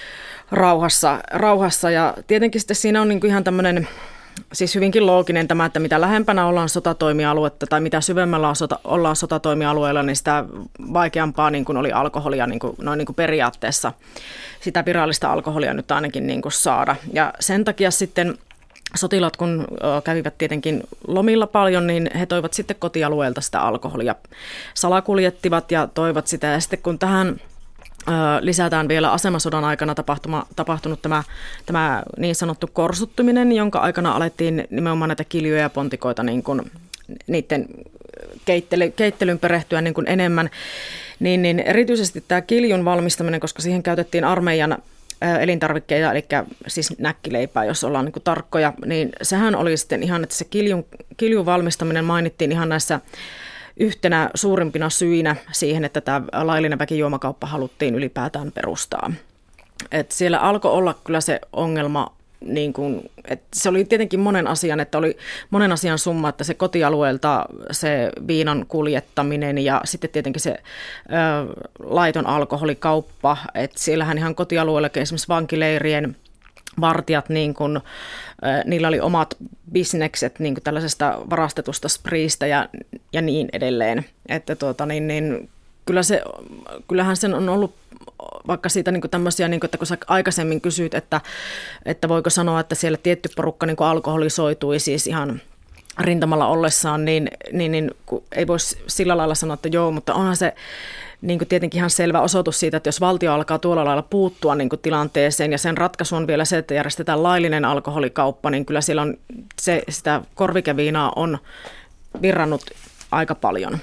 rauhassa, rauhassa. Ja tietenkin sitten siinä on niin kuin ihan tämmöinen, siis hyvinkin looginen tämä, että mitä lähempänä ollaan sotatoimialuetta tai mitä syvemmällä sota, ollaan sotatoimialueella, niin sitä vaikeampaa niin kuin oli alkoholia niin kuin, noin niin kuin periaatteessa, sitä virallista alkoholia nyt ainakin niin kuin saada. Ja sen takia sitten sotilaat, kun kävivät tietenkin lomilla paljon, niin he toivat sitten kotialueelta sitä alkoholia, salakuljettivat ja toivat sitä. Ja sitten kun tähän lisätään vielä asemasodan aikana tapahtuma, tapahtunut tämä, tämä niin sanottu korsuttuminen, jonka aikana alettiin nimenomaan näitä kiljuja ja pontikoita niin kuin niiden keittely, keittelyn perehtyä niin kuin enemmän, niin, niin erityisesti tämä kiljun valmistaminen, koska siihen käytettiin armeijan elintarvikkeita, eli siis näkkileipää, jos ollaan niin kuin tarkkoja, niin sehän oli sitten ihan, että se kiljun, kiljun valmistaminen mainittiin ihan näissä yhtenä suurimpina syinä siihen, että tämä laillinen väkijuomakauppa haluttiin ylipäätään perustaa. Et siellä alkoi olla kyllä se ongelma, niin kuin, että se oli tietenkin monen asian, että oli monen asian summa, että se kotialueelta se viinan kuljettaminen ja sitten tietenkin se ö, laiton alkoholikauppa, että siellähän ihan kotialueellakin esimerkiksi vankileirien vartijat, niin kun, niillä oli omat bisnekset niin kun tällaisesta varastetusta spriistä ja, ja niin edelleen. Että tuota, niin, niin, kyllä se, kyllähän sen on ollut vaikka siitä niin tämmöisiä, niin kuin, että kun sä aikaisemmin kysyit, että, että voiko sanoa, että siellä tietty porukka niin alkoholisoitui siis ihan rintamalla ollessaan, niin, niin, niin ei voisi sillä lailla sanoa, että joo, mutta onhan se niin kuin tietenkin ihan selvä osoitus siitä, että jos valtio alkaa tuolla lailla puuttua niin kuin tilanteeseen ja sen ratkaisu on vielä se, että järjestetään laillinen alkoholikauppa, niin kyllä siellä on se, sitä korvikeviinaa on virrannut aika paljon.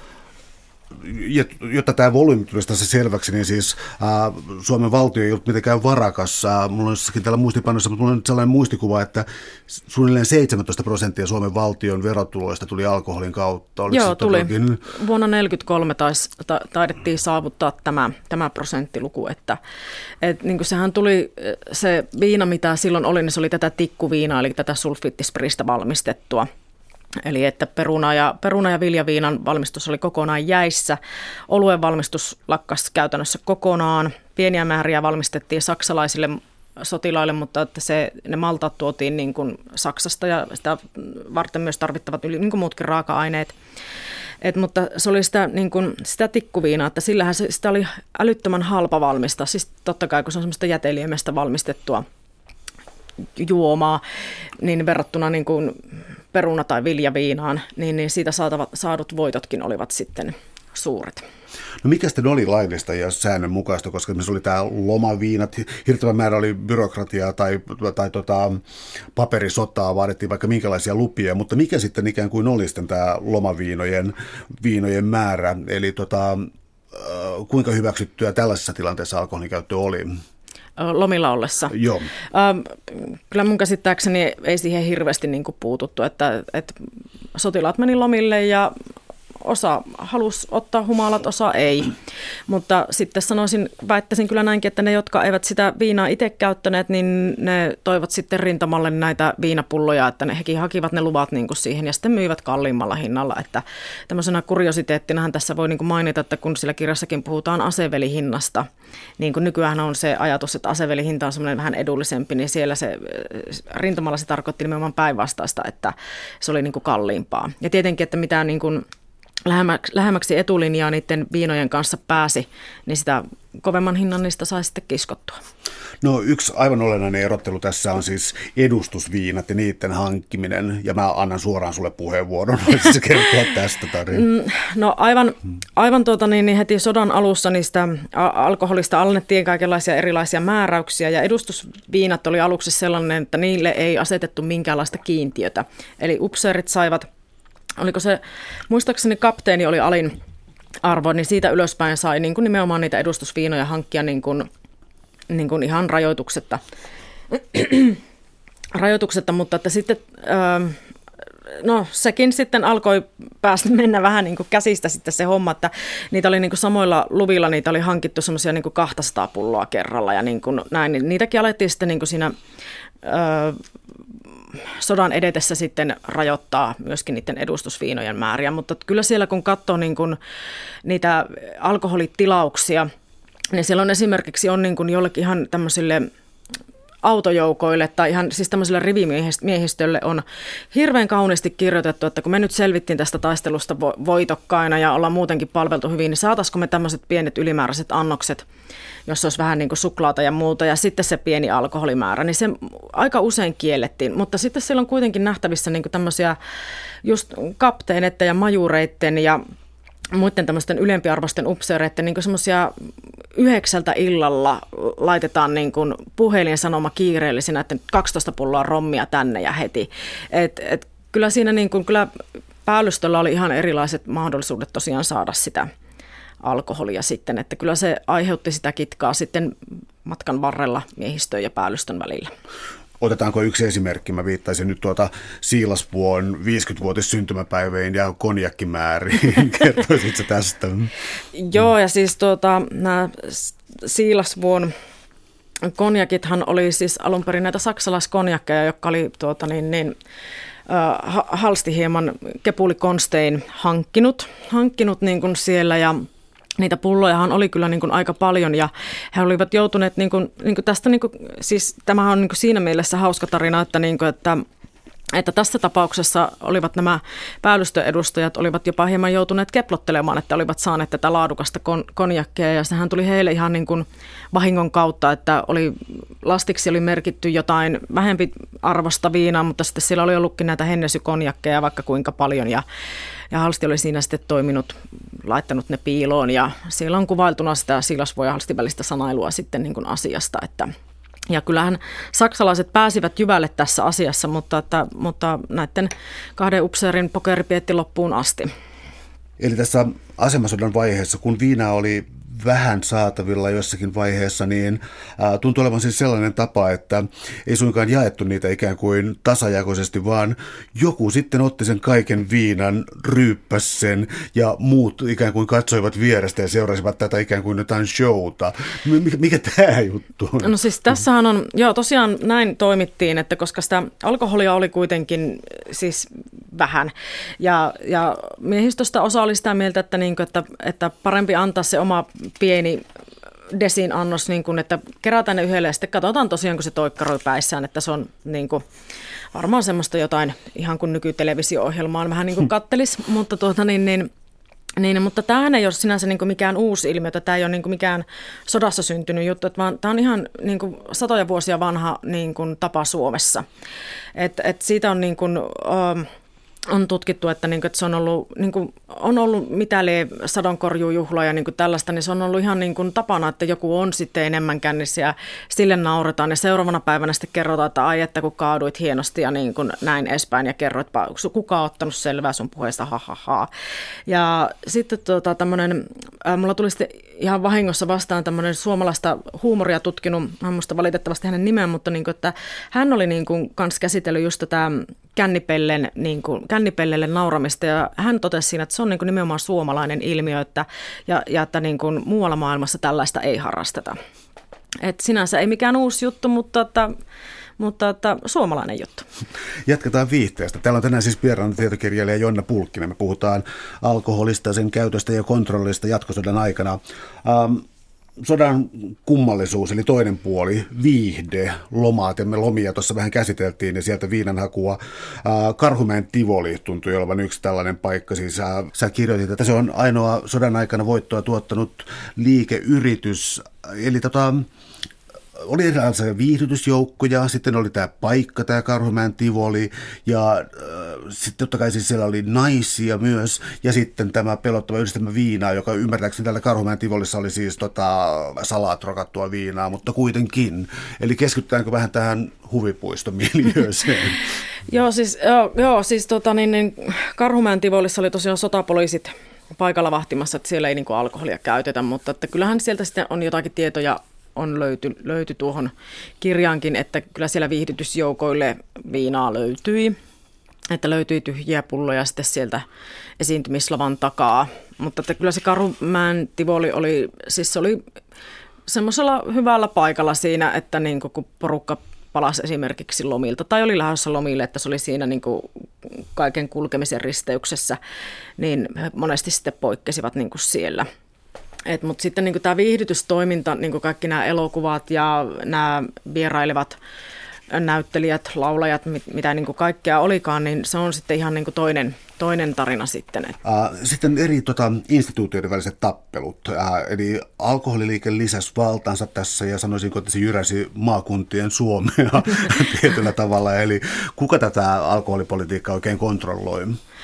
Jotta tämä volyymi tulisi tässä selväksi, niin siis ää, Suomen valtio ei ollut mitenkään varakas. Ää, mulla on jossakin täällä muistipannossa, mutta mulla on sellainen muistikuva, että suunnilleen seitsemäntoista prosenttia Suomen valtion verotuloista tuli alkoholin kautta. Oliko Joo, tuli. Todellakin? Vuonna tuhatyhdeksänsataaneljäkymmentäkolme tais, ta, taidettiin saavuttaa tämä, tämä prosenttiluku, että et, niin kuin sehän tuli se viina, mitä silloin oli, niin se oli tätä tikkuviinaa, eli tätä sulfiittispristä valmistettua. Eli että peruna ja, peruna ja viljaviinan valmistus oli kokonaan jäissä. Oluen valmistus lakkasi käytännössä kokonaan. Pieniä määriä valmistettiin saksalaisille sotilaille, mutta että se, ne maltaat tuotiin niin kuin Saksasta ja sitä varten myös tarvittavat yli, niin kuin muutkin raaka-aineet. Et, mutta se oli sitä, niin kuin, sitä tikkuviinaa, että sillähän se, sitä oli älyttömän halpa valmistaa. Siis totta kai, kun se on semmoista jäteliemestä valmistettua juomaa, niin verrattuna niin kuin peruna- tai viljaviinaan, niin, niin siitä saatavat, saadut voitotkin olivat sitten suuret. No mikä sitten oli laillista ja säännönmukaista, koska esimerkiksi oli tämä lomaviinat, hirvittävä määrä oli byrokratiaa tai, tai tota, paperisotaa, vaadittiin vaikka minkälaisia lupia, mutta mikä sitten ikään kuin oli sitten tämä lomaviinojen viinojen määrä, eli tota, kuinka hyväksyttyä tällaisessa tilanteessa alkoholin käyttö oli? Lomilla ollessa. Joo. Ähm, kyllä mun käsittääkseni ei siihen hirveästi niin kuin puututtu, että, että sotilaat meni lomille ja osa halusi ottaa humalat, osa ei. Mutta sitten sanoisin, väittäisin kyllä näinkin, että ne, jotka eivät sitä viinaa itse käyttäneet, niin ne toivat sitten rintamalle näitä viinapulloja, että ne hekin hakivat ne luvat niin kuin siihen ja sitten myivät kalliimmalla hinnalla. Että tämmöisenä kuriositeettinahan tässä voi niin kuin mainita, että kun sillä kirjassakin puhutaan asevelihinnasta, niin kuin nykyään on se ajatus, että asevelihinta on semmoinen vähän edullisempi, niin siellä se rintamalla se tarkoitti nimenomaan päinvastaista, että se oli niin kuin kalliimpaa. Ja tietenkin, että mitä niin kuin Lähemmäksi, lähemmäksi etulinjaa niiden viinojen kanssa pääsi, niin sitä kovemman hinnan niistä sai sitten kiskottua. No yksi aivan olennainen erottelu tässä on siis edustusviinat ja niiden hankkiminen, ja mä annan suoraan sulle puheenvuoron, voisitko kertoa tästä tarinaa? No aivan, aivan tuota, niin, niin heti sodan alussa niistä alkoholista annettiin kaikenlaisia erilaisia määräyksiä, ja edustusviinat oli aluksi sellainen, että niille ei asetettu minkäänlaista kiintiötä. Eli upseerit saivat, oliko se, muistaakseni kapteeni oli alin arvo, niin siitä ylöspäin sai niin kuin nimenomaan niitä edustusviinoja hankkia niin kuin, niin kuin ihan rajoituksetta. rajoituksetta, mutta että sitten, no sekin sitten alkoi päästä mennä vähän niin kuin käsistä sitten se homma, että niitä oli niin kuin samoilla luvilla, niitä oli hankittu semmoisia niin kuin kaksisataa pulloa kerralla ja niin kuin näin, niin niitäkin alettiin sitten niin kuin siinä sodan edetessä sitten rajoittaa myöskin niiden edustusviinojen määriä, mutta kyllä siellä kun katsoo niin kuin niitä alkoholitilauksia, niin siellä on esimerkiksi on niin kuin jollekin ihan tämmöisille autojoukoille tai ihan siis tämmöiselle rivimiehistölle on hirveän kauniisti kirjoitettu, että kun me nyt selvittiin tästä taistelusta vo- voitokkaina ja ollaan muutenkin palveltu hyvin, niin saataisiko me tämmöiset pienet ylimääräiset annokset, jos olisi vähän niin kuin suklaata ja muuta, ja sitten se pieni alkoholimäärä, niin se aika usein kiellettiin, mutta sitten siellä on kuitenkin nähtävissä niin kuin tämmöisiä just kapteeneiden ja majureiden ja muiden tämmöisten ylempiarvoisten upseereiden niin semmoisia yhdeksältä illalla laitetaan niin kuin puhelinsanoma kiireellisenä, että kaksitoista pulloa rommia tänne ja heti. Et, et kyllä siinä niin kuin, kyllä päällystöllä oli ihan erilaiset mahdollisuudet tosiaan saada sitä alkoholia sitten, että kyllä se aiheutti sitä kitkaa sitten matkan varrella miehistön ja päällystön välillä. Otetaanko yksi esimerkki? Mä viittaisin nyt tuota Siilasvuon viisikymmenvuotis syntymäpäiviin ja konjakkimääriin. Kertoisitko tästä? Joo, ja siis tuota, nämä Siilasvuon konjakithan oli siis alun perin näitä saksalaiskonjakkeja, jotka oli tuota, niin, niin, äh, Halsti hieman kepulikonstein hankkinut, hankkinut niin kuin siellä ja niitä pullojahan oli kyllä niin kuin aika paljon ja he olivat joutuneet, niin kuin, niin kuin tästä, niin kuin, siis tämähän on niin kuin siinä mielessä hauska tarina, että, niin kuin, että, että tässä tapauksessa olivat nämä päällystöedustajat olivat jopa hieman joutuneet keplottelemaan, että olivat saaneet tätä laadukasta kon, konjakkia ja sehän tuli heille ihan niin kuin vahingon kautta, että oli, lastiksi oli merkitty jotain vähempi arvosta viinaa, mutta sitten siellä oli ollutkin näitä Hennessy-konjakkeja vaikka kuinka paljon ja Ja Halsti oli siinä sitten toiminut, laittanut ne piiloon ja siellä on kuvailtuna sitä Siilasvuon ja Halstin välistä sanailua sitten niin kuin asiasta. Että, ja kyllähän saksalaiset pääsivät jyvälle tässä asiassa, mutta, että, mutta näiden kahden upseerin pokeri pietti loppuun asti. Eli tässä asemasodan vaiheessa, kun viinaa oli vähän saatavilla jossakin vaiheessa, niin ää, tuntui olevan siis sellainen tapa, että ei suinkaan jaettu niitä ikään kuin tasajakoisesti, vaan joku sitten otti sen kaiken viinan, ryyppäsi sen ja muut ikään kuin katsoivat vierestä ja seurasivat tätä ikään kuin jotain showta. Mikä, mikä tämä juttu on? No siis tässähän on, joo tosiaan näin toimittiin, että koska sitä alkoholia oli kuitenkin siis vähän ja, ja miehistöstä osa oli sitä mieltä, että, niin kuin, että, että parempi antaa se oma pieni desin annos, niin kuin, että kerätään ne yhdelle ja sitten katsotaan tosiaan, kun se toikkaroi päissään, että se on niin kuin, varmaan semmoista jotain ihan kuin nykytelevisio-ohjelmaan vähän niin kuin kattelisi, mutta, tuota, niin, niin, niin, mutta tämähän ei ole sinänsä niin kuin mikään uusi ilmiö, tämä ei ole niin kuin mikään sodassa syntynyt juttu, vaan tämä on ihan niin kuin satoja vuosia vanha niin kuin tapa Suomessa, että et siitä on niin kuin, uh, on tutkittu, että, niin kuin, että se on ollut, niin kuin, on ollut mitä lie sadonkorjuujuhla ja niin kuin tällaista, niin se on ollut ihan niin kuin tapana, että joku on sitten enemmän kännissä ja sille nauretaan ja seuraavana päivänä sitten kerrotaan, että ai, että kun kaaduit hienosti ja niin kuin näin edespäin ja kerroitpa, kuka on ottanut selvää sun puheesta, ha, ha, ha. Ja sitten tota, tämmöinen, äh, mulla tuli sitten ihan vahingossa vastaan tämmöinen suomalaista huumoria tutkinut, mä en muista valitettavasti hänen nimeään, mutta niin kuin, että hän oli niin kuin kans käsitellyt just tätä kännipellen, niin kuin, kännipellelle nauramista ja hän totesi siinä, että se on niin kuin nimenomaan suomalainen ilmiö että, ja, ja että niin kuin muualla maailmassa tällaista ei harrasteta. Et sinänsä ei mikään uusi juttu, mutta, että, mutta että suomalainen juttu. Jatketaan viihteestä. Täällä on tänään siis vieraana tietokirjailija Jonna Pulkkinen. Me puhutaan alkoholista, sen käytöstä ja kontrollista jatkosodan aikana. Ähm, Sodan kummallisuus, eli toinen puoli, viihde, lomaat, ja me lomia tuossa vähän käsiteltiin, ja sieltä viinanhakua. Karhumäen Tivoli tuntui olevan yksi tällainen paikka. Siis sä, sä kirjoitit, että se on ainoa sodan aikana voittoa tuottanut liikeyritys. Eli tota, oli erilaisia viihdytysjoukkoja, sitten oli tämä paikka, tämä Karhumäen Tivoli, ja äh, sitten totta kai siis siellä oli naisia myös, ja sitten tämä pelottava yhdistelmä viinaa, joka ymmärtääkseni tällä Karhumäen Tivolissa oli siis tota, salat rokattua viinaa, mutta kuitenkin. Eli keskitytäänkö vähän tähän huvipuistomiljööseen? Joo, siis, joo, joo, siis tota, niin, niin, Karhumäen Tivolissa oli tosiaan sotapoliisit paikalla vahtimassa, että siellä ei niin kuin alkoholia käytetä, mutta että kyllähän sieltä sitten on jotakin tietoja, on löyty, löyty tuohon kirjaankin, että kyllä siellä viihdytysjoukoille viinaa löytyi, että löytyi tyhjiä pulloja sitten sieltä esiintymislavan takaa, mutta että kyllä se Karhumäen Tivoli oli, siis se oli semmoisella hyvällä paikalla siinä, että niin kun porukka palasi esimerkiksi lomilta tai oli lähdössä lomille, että se oli siinä niin kuin kaiken kulkemisen risteyksessä, niin monesti sitten poikkesivat niin kuin siellä. Mutta sitten niin tämä viihdytystoiminta, niin kaikki nämä elokuvat ja nämä vierailevat näyttelijät, laulajat, mit, mitä niin kaikkea olikaan, niin se on sitten ihan niin toinen, toinen tarina sitten. Sitten eri tota, instituutioiden väliset tappelut. Eli alkoholiliike lisäsi valtaansa tässä ja sanoisinko, että se jyräsi maakuntien Suomea tietyllä tavalla. Eli kuka tätä alkoholipolitiikkaa oikein kontrolloi?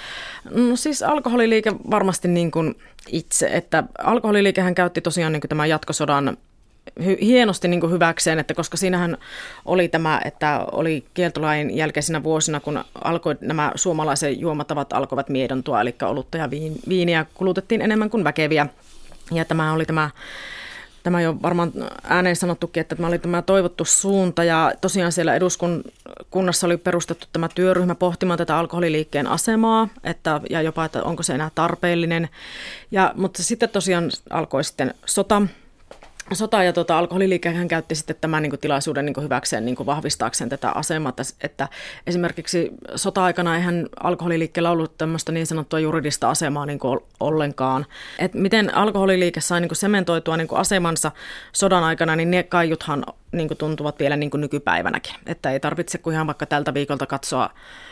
No siis alkoholiliike varmasti niin kuin itse, että alkoholiliikehän käytti tosiaan niin kuin tämän jatkosodan hy- hienosti niin kuin hyväkseen, että koska siinähän oli tämä, että oli kieltolain jälkeisinä vuosina, kun alkoi nämä suomalaisen juomatavat alkoivat miedontua, eli olutta ja viiniä kulutettiin enemmän kuin väkeviä. Ja tämä oli tämä Tämä jo varmaan ääneen sanottukin, että tämä oli tämä toivottu suunta ja tosiaan siellä eduskunnassa oli perustettu tämä työryhmä pohtimaan tätä alkoholiliikkeen asemaa että, ja jopa, että onko se enää tarpeellinen. Ja, mutta sitten tosiaan alkoi sitten sota. Sota ja tuota, alkoholiliikehän käytti sitten tämän niin kuin, tilaisuuden niin kuin, hyväkseen niin kuin, vahvistaakseen tätä asemaa, että, että esimerkiksi sota-aikana eihän alkoholiliikkeellä ollut tämmöistä niin sanottua juridista asemaa niin kuin, ollenkaan. Et miten alkoholiliike sai niin kuin, sementoitua niin kuin, asemansa sodan aikana, niin ne kaiuthan niin kuin, tuntuvat vielä niin kuin, nykypäivänäkin. Että ei tarvitse kuin ihan vaikka tältä viikolta katsoa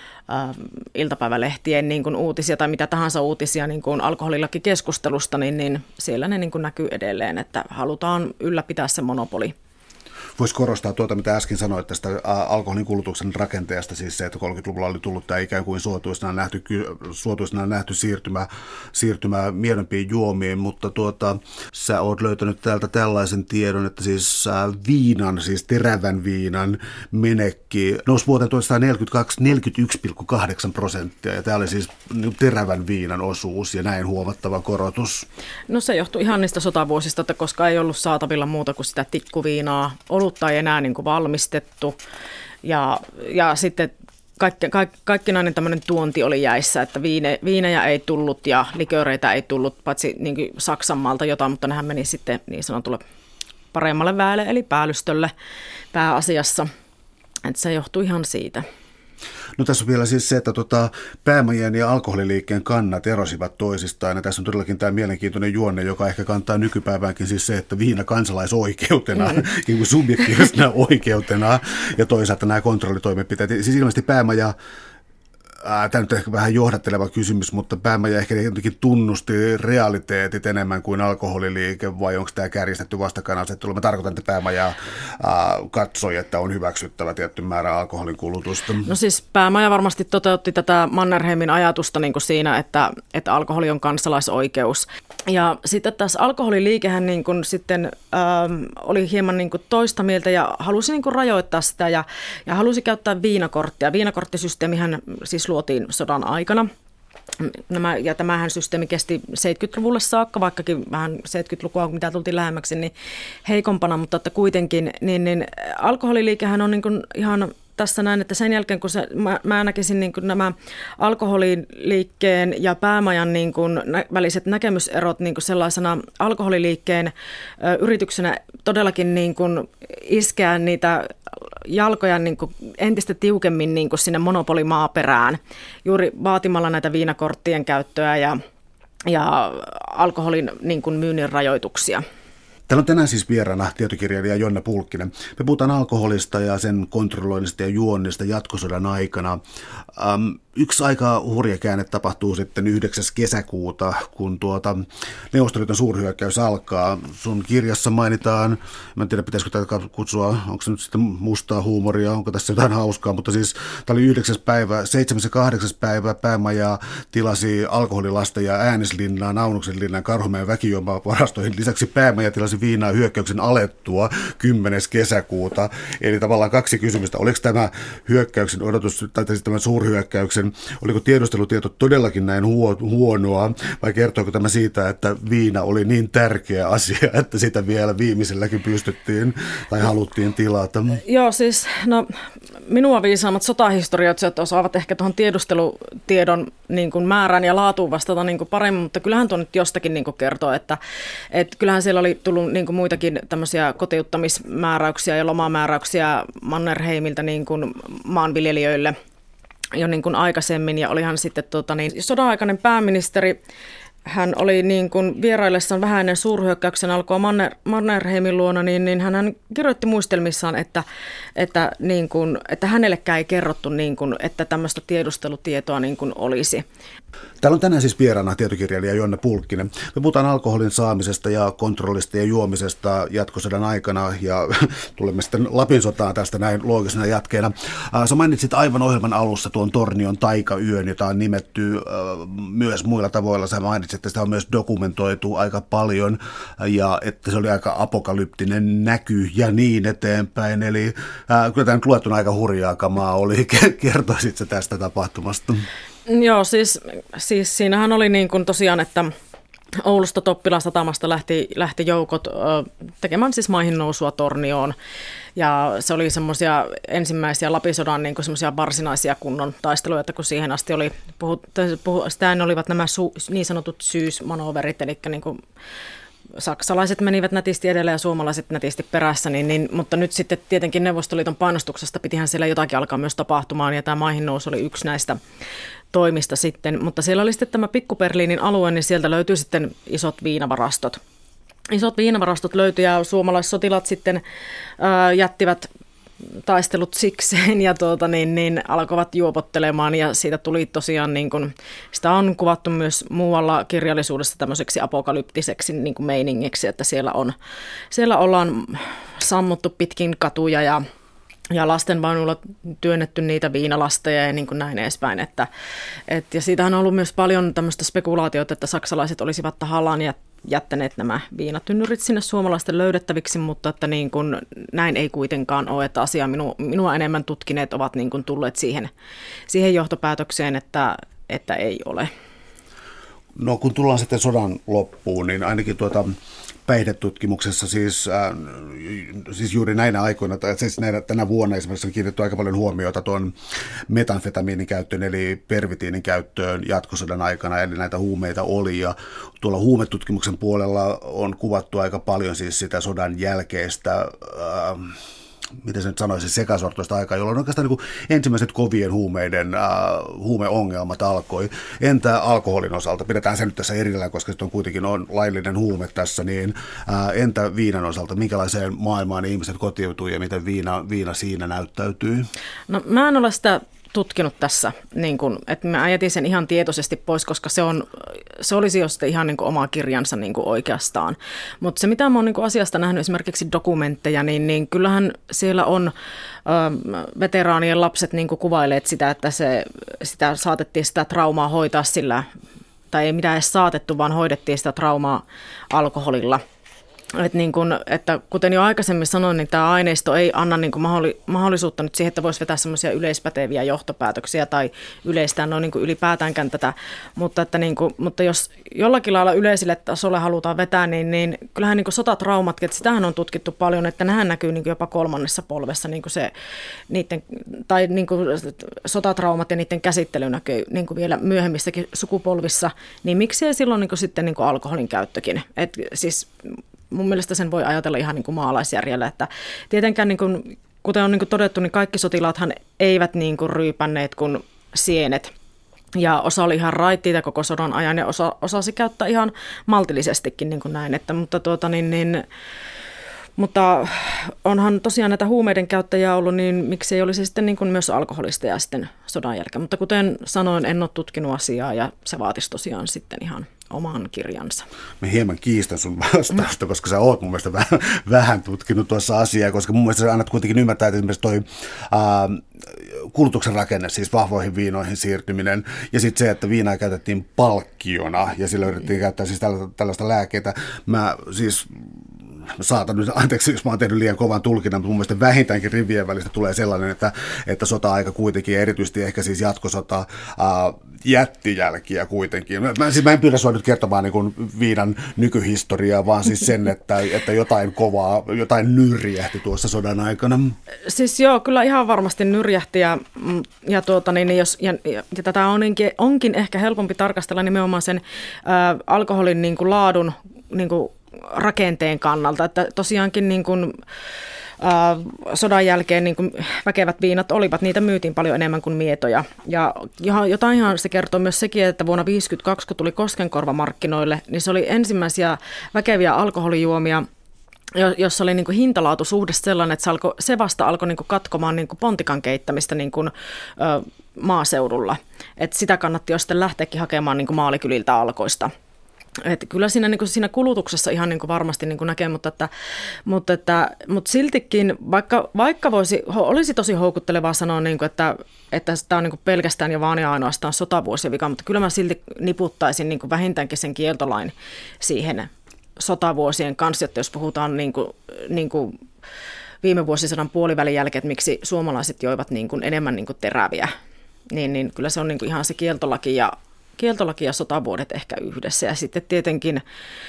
iltapäivälehtien niin kuin uutisia tai mitä tahansa uutisia niin kuin alkoholilakikeskustelusta, niin, niin siellä ne niin kuin näkyy edelleen, että halutaan ylläpitää se monopoli. Voisi korostaa tuota, mitä äsken sanoit tästä alkoholin kulutuksen rakenteesta, siis se, että kolmekymmentäluvulla oli tullut tämä ikään kuin suotuisena nähty, suotuisena nähty siirtymä, siirtymä miedompiin juomiin, mutta tuota, sä oot löytänyt täältä tällaisen tiedon, että siis viinan, siis terävän viinan menekki nousi vuoteen tuhatyhdeksänsataaneljäkymmentäkaksi neljäkymmentäyksi pilkku kahdeksan prosenttia, ja tämä oli siis terävän viinan osuus ja näin huomattava korotus. No se johtui ihan niistä sotavuosista, että koska ei ollut saatavilla muuta kuin sitä tikkuviinaa, olutta ei enää niin kuin valmistettu ja, ja sitten kaikki, kaikki, kaikkinainen tämmöinen tuonti oli jäissä, että viine, viinejä ei tullut ja liköreitä ei tullut, paitsi niin kuin Saksan maalta jotain, mutta nehän meni sitten niin sanotulle paremmalle väelle eli päällystölle pääasiassa, että se johtui ihan siitä. No tässä on vielä siis se, että tota, päämajien ja alkoholiliikkeen kannat erosivat toisistaan. Ja tässä on todellakin tämä mielenkiintoinen juonne, joka ehkä kantaa nykypäiväänkin siis se, että viina kansalaisoikeutena, mm. niin subjektiivisena oikeutena ja toisaalta nämä kontrollitoimenpiteet. Siis ilmeisesti päämaja, ää, tämä nyt on ehkä vähän johdatteleva kysymys, mutta päämaja ehkä jotenkin tunnusti realiteetit enemmän kuin alkoholiliike, vai onko tämä kärjistetty vastakkainasettelu? Mä tarkoitan, että päämaja ää, katsoi, että on hyväksyttävä tietty määrä alkoholin kulutusta. No siis päämaja varmasti toteutti tätä Mannerheimin ajatusta niin kuin siinä, että, että alkoholi on kansalaisoikeus. Ja sitten taas alkoholiliikehän niin kuin sitten ähm, oli hieman niin kuin toista mieltä ja halusi niin kuin rajoittaa sitä ja, ja halusi käyttää viinakorttia. Viinakorttisysteemihän siis luotiin sodan aikana. Nämä, ja tämähän systeemi kesti seitsemänkymmentäluvulle saakka, vaikkakin vähän seitsemänkymmentälukua, mitä tultiin lähemmäksi, niin heikompana, mutta että kuitenkin, niin, niin alkoholiliikehän on niin kuin ihan tässä näin, että sen jälkeen kun se, mä, mä näkisin niin kuin nämä alkoholiliikkeen ja päämajan niin kuin nä, väliset näkemyserot niin kuin sellaisena alkoholiliikkeen ö, yrityksenä todellakin niin kuin iskeä niitä jalkoja niin kuin entistä tiukemmin niin kuin sinne monopolimaaperään, juuri vaatimalla näitä viinakorttien käyttöä ja, ja alkoholin niin kuin myynnin rajoituksia. Täällä on tänään siis vieraana tietokirjailija Jonna Pulkkinen. Me puhutaan alkoholista ja sen kontrolloinnista ja juonnista jatkosodan aikana. Ähm, yksi aika hurja käänne tapahtuu sitten yhdeksäs kesäkuuta, kun tuota Neuvostoliiton suurhyökkäys alkaa. Sun kirjassa mainitaan, mä en tiedä pitäisikö tätä kutsua, onko se nyt sitten mustaa huumoria, onko tässä jotain hauskaa, mutta siis tämä oli yhdeksäs päivä, seitsemäs ja kahdeksas päivä päämaja tilasi alkoholilasta ja Ääneslinnaan, Aunuksenlinnan, Karhumäen väkijuomavarastoihin. Lisäksi päämaja tilasi viinaa hyökkäyksen alettua kymmenes kesäkuuta. Eli tavallaan kaksi kysymystä. Oliko tämä hyökkäyksen odotus, tai siis tämän suurhyökkäyksen, oliko tiedustelutieto todellakin näin huonoa, vai kertooko tämä siitä, että viina oli niin tärkeä asia, että sitä vielä viimeiselläkin pystyttiin tai haluttiin tilata? Joo, siis no, minua viisaammat sotahistorioitsijat osaavat ehkä tuohon tiedustelutiedon niin kuin määrään ja laatuun vastata niin kuin paremmin, mutta kyllähän tuo nyt jostakin niin kuin kertoo, että, että kyllähän siellä oli tullut niin kuin muitakin tämmöisiä kotiuttamismääräyksiä ja lomamääräyksiä Mannerheimilta niin kuin maanviljelijöille jo niin kuin aikaisemmin, ja olihan sitten tota, niin, sodan-aikainen pääministeri hän oli niin kuin vieraillessaan vähän ennen suurhyökkäyksen alkua Manner, Mannerheimin luona, niin, niin hän kirjoitti muistelmissaan, että, että, niin kuin, että hänellekään ei kerrottu, niin kuin, että tämmöistä tiedustelutietoa niin kuin olisi. Täällä on tänään siis vieraana tietokirjailija Jonna Pulkkinen. Me puhutaan alkoholin saamisesta ja kontrollista ja juomisesta jatkosodan aikana ja tulemme sitten Lapin sotaan tästä näin loogisena jatkeena. Sä mainitsit aivan ohjelman alussa tuon Tornion taikayön, jota on nimetty myös muilla tavoilla. Sä mainitsit, että sitä on myös dokumentoitu aika paljon ja että se oli aika apokalyptinen näky ja niin eteenpäin. Eli äh, kyllä tämä nyt luettuna aika hurjaa kamaa oli. Kertoisit sä tästä tapahtumasta? Joo, siis, siis siinähän oli niin kuin tosiaan, että Oulusta Toppilan satamasta lähti, lähti joukot ö, tekemään siis maihin nousua Tornioon. Ja se oli semmoisia ensimmäisiä Lapisodan niin kuin semmoisia varsinaisia kunnon taisteluja, että kun siihen asti oli, puhut, puhut, sitä olivat nämä su, niin sanotut syysmanoverit, eli niin kuin saksalaiset menivät nätisti edellä ja suomalaiset nätisti perässä, niin, niin, mutta nyt sitten tietenkin Neuvostoliiton painostuksesta pitihän siellä jotakin alkaa myös tapahtumaan, ja tämä maihin nousu oli yksi näistä toimista sitten, mutta siellä oli sitten tämä Pikku-Berliinin alue, niin sieltä löytyi sitten isot viinavarastot. Isot viinavarastot löytyi ja suomalaissotilaat sitten ää, jättivät taistelut sikseen ja tuota, niin, niin, alkoivat juopottelemaan ja siitä tuli tosiaan, niin kuin, sitä on kuvattu myös muualla kirjallisuudessa tämmöiseksi apokalyptiseksi niin kuin meiningiksi, että siellä, on, siellä ollaan sammuttu pitkin katuja ja Ja lastenvaunulla työnnetty niitä viinalasteja ja niin kuin näin edespäin. Että, et, ja siitähän on ollut myös paljon tämmöistä spekulaatiota, että saksalaiset olisivat tahallaan jättäneet nämä viinatynnyrit sinne suomalaisten löydettäviksi, mutta että niin kuin, näin ei kuitenkaan ole. Että asiaa minu, minua enemmän tutkineet ovat niin kuin tulleet siihen, siihen johtopäätökseen, että, että ei ole. No kun tullaan sitten sodan loppuun, niin ainakin tuota päihdetutkimuksessa siis, äh, siis juuri näinä aikoina, tai siis näinä, tänä vuonna esimerkiksi on kiinnitetty aika paljon huomiota tuon metanfetamiinin käyttöön, eli pervitiinin käyttöön jatkosodan aikana, eli näitä huumeita oli, ja tuolla huumetutkimuksen puolella on kuvattu aika paljon siis sitä sodan jälkeistä, äh, miten se nyt sanoisi, sekasortoista aikaa, jolloin oikeastaan niin kuin ensimmäiset kovien huumeiden äh, huumeongelmat alkoi. Entä alkoholin osalta? Pidetään se nyt tässä erillään, koska se on kuitenkin on laillinen huume tässä, niin äh, entä viinan osalta? Minkälaiseen maailmaan ihmiset kotiutuu ja miten viina, viina siinä näyttäytyy? No mä en ole sitä tutkinut tässä, niin kun, että mä jätin sen ihan tietoisesti pois, koska se, on, se olisi jo sitten ihan niin kuin oma kirjansa niin kuin oikeastaan. Mutta se, mitä mä oon niin kuin asiasta nähnyt esimerkiksi dokumentteja, niin, niin kyllähän siellä on ö, veteraanien lapset niin kuin kuvaileet sitä, että se, sitä saatettiin sitä traumaa hoitaa sillä, tai ei mitään edes saatettu, vaan hoidettiin sitä traumaa alkoholilla. Että niin kun, että kuten jo aikaisemmin sanoin, niin tämä aineisto ei anna niin kuin mahdollisuutta nyt siihen, että voisi vetää semmoisia yleispäteviä johtopäätöksiä tai yleistää noin niin kuin ylipäätäänkään tätä. Mutta, että niin kuin, mutta jos jollakin lailla yleisille tasolle halutaan vetää, niin, niin kyllähän niin kuin sotatraumatkin, että sitähän on tutkittu paljon, että nämähän näkyy niin kuin jopa kolmannessa polvessa, niin kuin se, niiden, tai niin kuin sotatraumat ja niiden käsittely näkyy niin kuin vielä myöhemmissäkin sukupolvissa, niin miksi ei silloin niin kuin sitten niin kuin alkoholin käyttökin? Et siis mun mielestä sen voi ajatella ihan niin kuin maalaisjärjellä, että tietenkään niin kuin, kuten on niin kuin todettu, niin kaikki sotilaathan eivät niin kuin ryypänneet kuin sienet. Ja osa oli ihan raittiita koko sodan ajan ja osa osasi käyttää ihan maltillisestikin niin kuin näin, että, mutta, tuota, niin, niin, mutta onhan tosiaan näitä huumeiden käyttäjiä ollut, niin miksi ei olisi sitten niin kuin myös alkoholista ja sitten sodan jälkeen. Mutta kuten sanoin, en ole tutkinut asiaa ja se vaatisi tosiaan sitten ihan oman kirjansa. Mä hieman kiistän sun vastausta, koska sä oot mun mielestä vähän, vähän tutkinut tuossa asiaa, koska mun mielestä sä annat kuitenkin ymmärtää, että esimerkiksi toi ää, kulutuksen rakenne, siis vahvoihin viinoihin siirtyminen, ja sitten se, että viinaa käytettiin palkkiona, ja sillä yritettiin käyttää siis tällaista, tällaista lääkkeitä. Mä siis saatan nyt, anteeksi, jos mä oon tehnyt liian kovan tulkinnan, mutta mun mielestä vähintäänkin rivien välistä tulee sellainen, että, että sota-aika kuitenkin, erityisesti ehkä siis jatkosota, ää, jättijälkiä kuitenkin. Mä, siis mä en pyydä sua nyt kertomaan niin kuin viinan nykyhistoriaa, vaan siis sen, että, että jotain kovaa, jotain nyrjähti tuossa sodan aikana. Siis joo, kyllä ihan varmasti nyrjähti ja, ja, tuota, niin, jos, ja, ja, ja tätä onkin, onkin ehkä helpompi tarkastella nimenomaan sen ää, alkoholin niin kuin laadun niin kuin rakenteen kannalta, että tosiaankin niin kuin sodan jälkeen niin kuin väkevät viinat olivat, niitä myytiin paljon enemmän kuin mietoja. Ja jotain ihan se kertoo myös sekin, että vuonna tuhatyhdeksänsataaviisikymmentäkaksi, kun tuli Koskenkorva markkinoille, niin se oli ensimmäisiä väkeviä alkoholijuomia, jossa oli niin kuin hintalaatusuhde sellainen, että se, alkoi, se vasta alkoi niin kuin katkomaan niin kuin pontikan keittämistä niin kuin, ö, maaseudulla. Et sitä kannatti jo sitten lähteäkin hakemaan niin kuin maalikyliltä alkoista. Et kyllä siinä, niin kuin, siinä kulutuksessa ihan niin kuin varmasti niin kuin näkee, mutta, että, mutta, että, mutta siltikin, vaikka, vaikka voisi, olisi tosi houkuttelevaa sanoa, niin kuin, että, että tämä on niin kuin pelkästään ja vaan ja ainoastaan sotavuosien vika, mutta kyllä mä silti niputtaisin niin kuin vähintäänkin sen kieltolain siihen sotavuosien kanssa, että jos puhutaan niin kuin, niin kuin viime vuosisadan puolivälin jälkeen, että miksi suomalaiset joivat niin kuin enemmän niin kuin teräviä, niin, niin kyllä se on niin kuin ihan se kieltolaki ja Kieltolaki ja sotavuodet ehkä yhdessä ja sitten tietenkin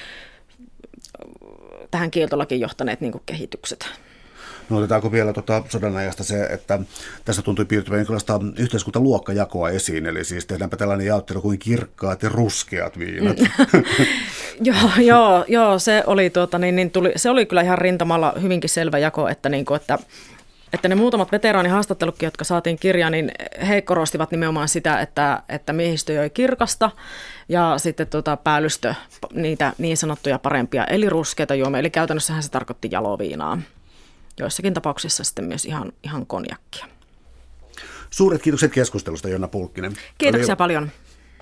tähän kieltolakiin johtaneet niin kuin kehitykset. No otetaanko vielä tuota sodan ajasta se, että tässä tuntui piirtyvän jonkinlaista yhteiskuntaluokkajakoa esiin, eli siis tehdäänpä tällainen jaottelu kuin kirkkaat ja ruskeat viinat. joo, joo, joo, se oli, tuota, niin, niin tuli, se oli kyllä ihan rintamalla hyvinkin selvä jako, että, niin kuin, että Että ne muutamat veteraanihaastattelutkin, jotka saatiin kirjaan, niin he korostivat nimenomaan sitä, että, että miehistö joi kirkasta ja sitten tuota päällystö niitä niin sanottuja parempia, eli ruskeita juomia. Eli käytännössähän se tarkoitti jaloviinaa. Joissakin tapauksissa sitten myös ihan, ihan konjakkia. Suuret kiitokset keskustelusta, Jonna Pulkkinen. Kiitoksia Oli... paljon.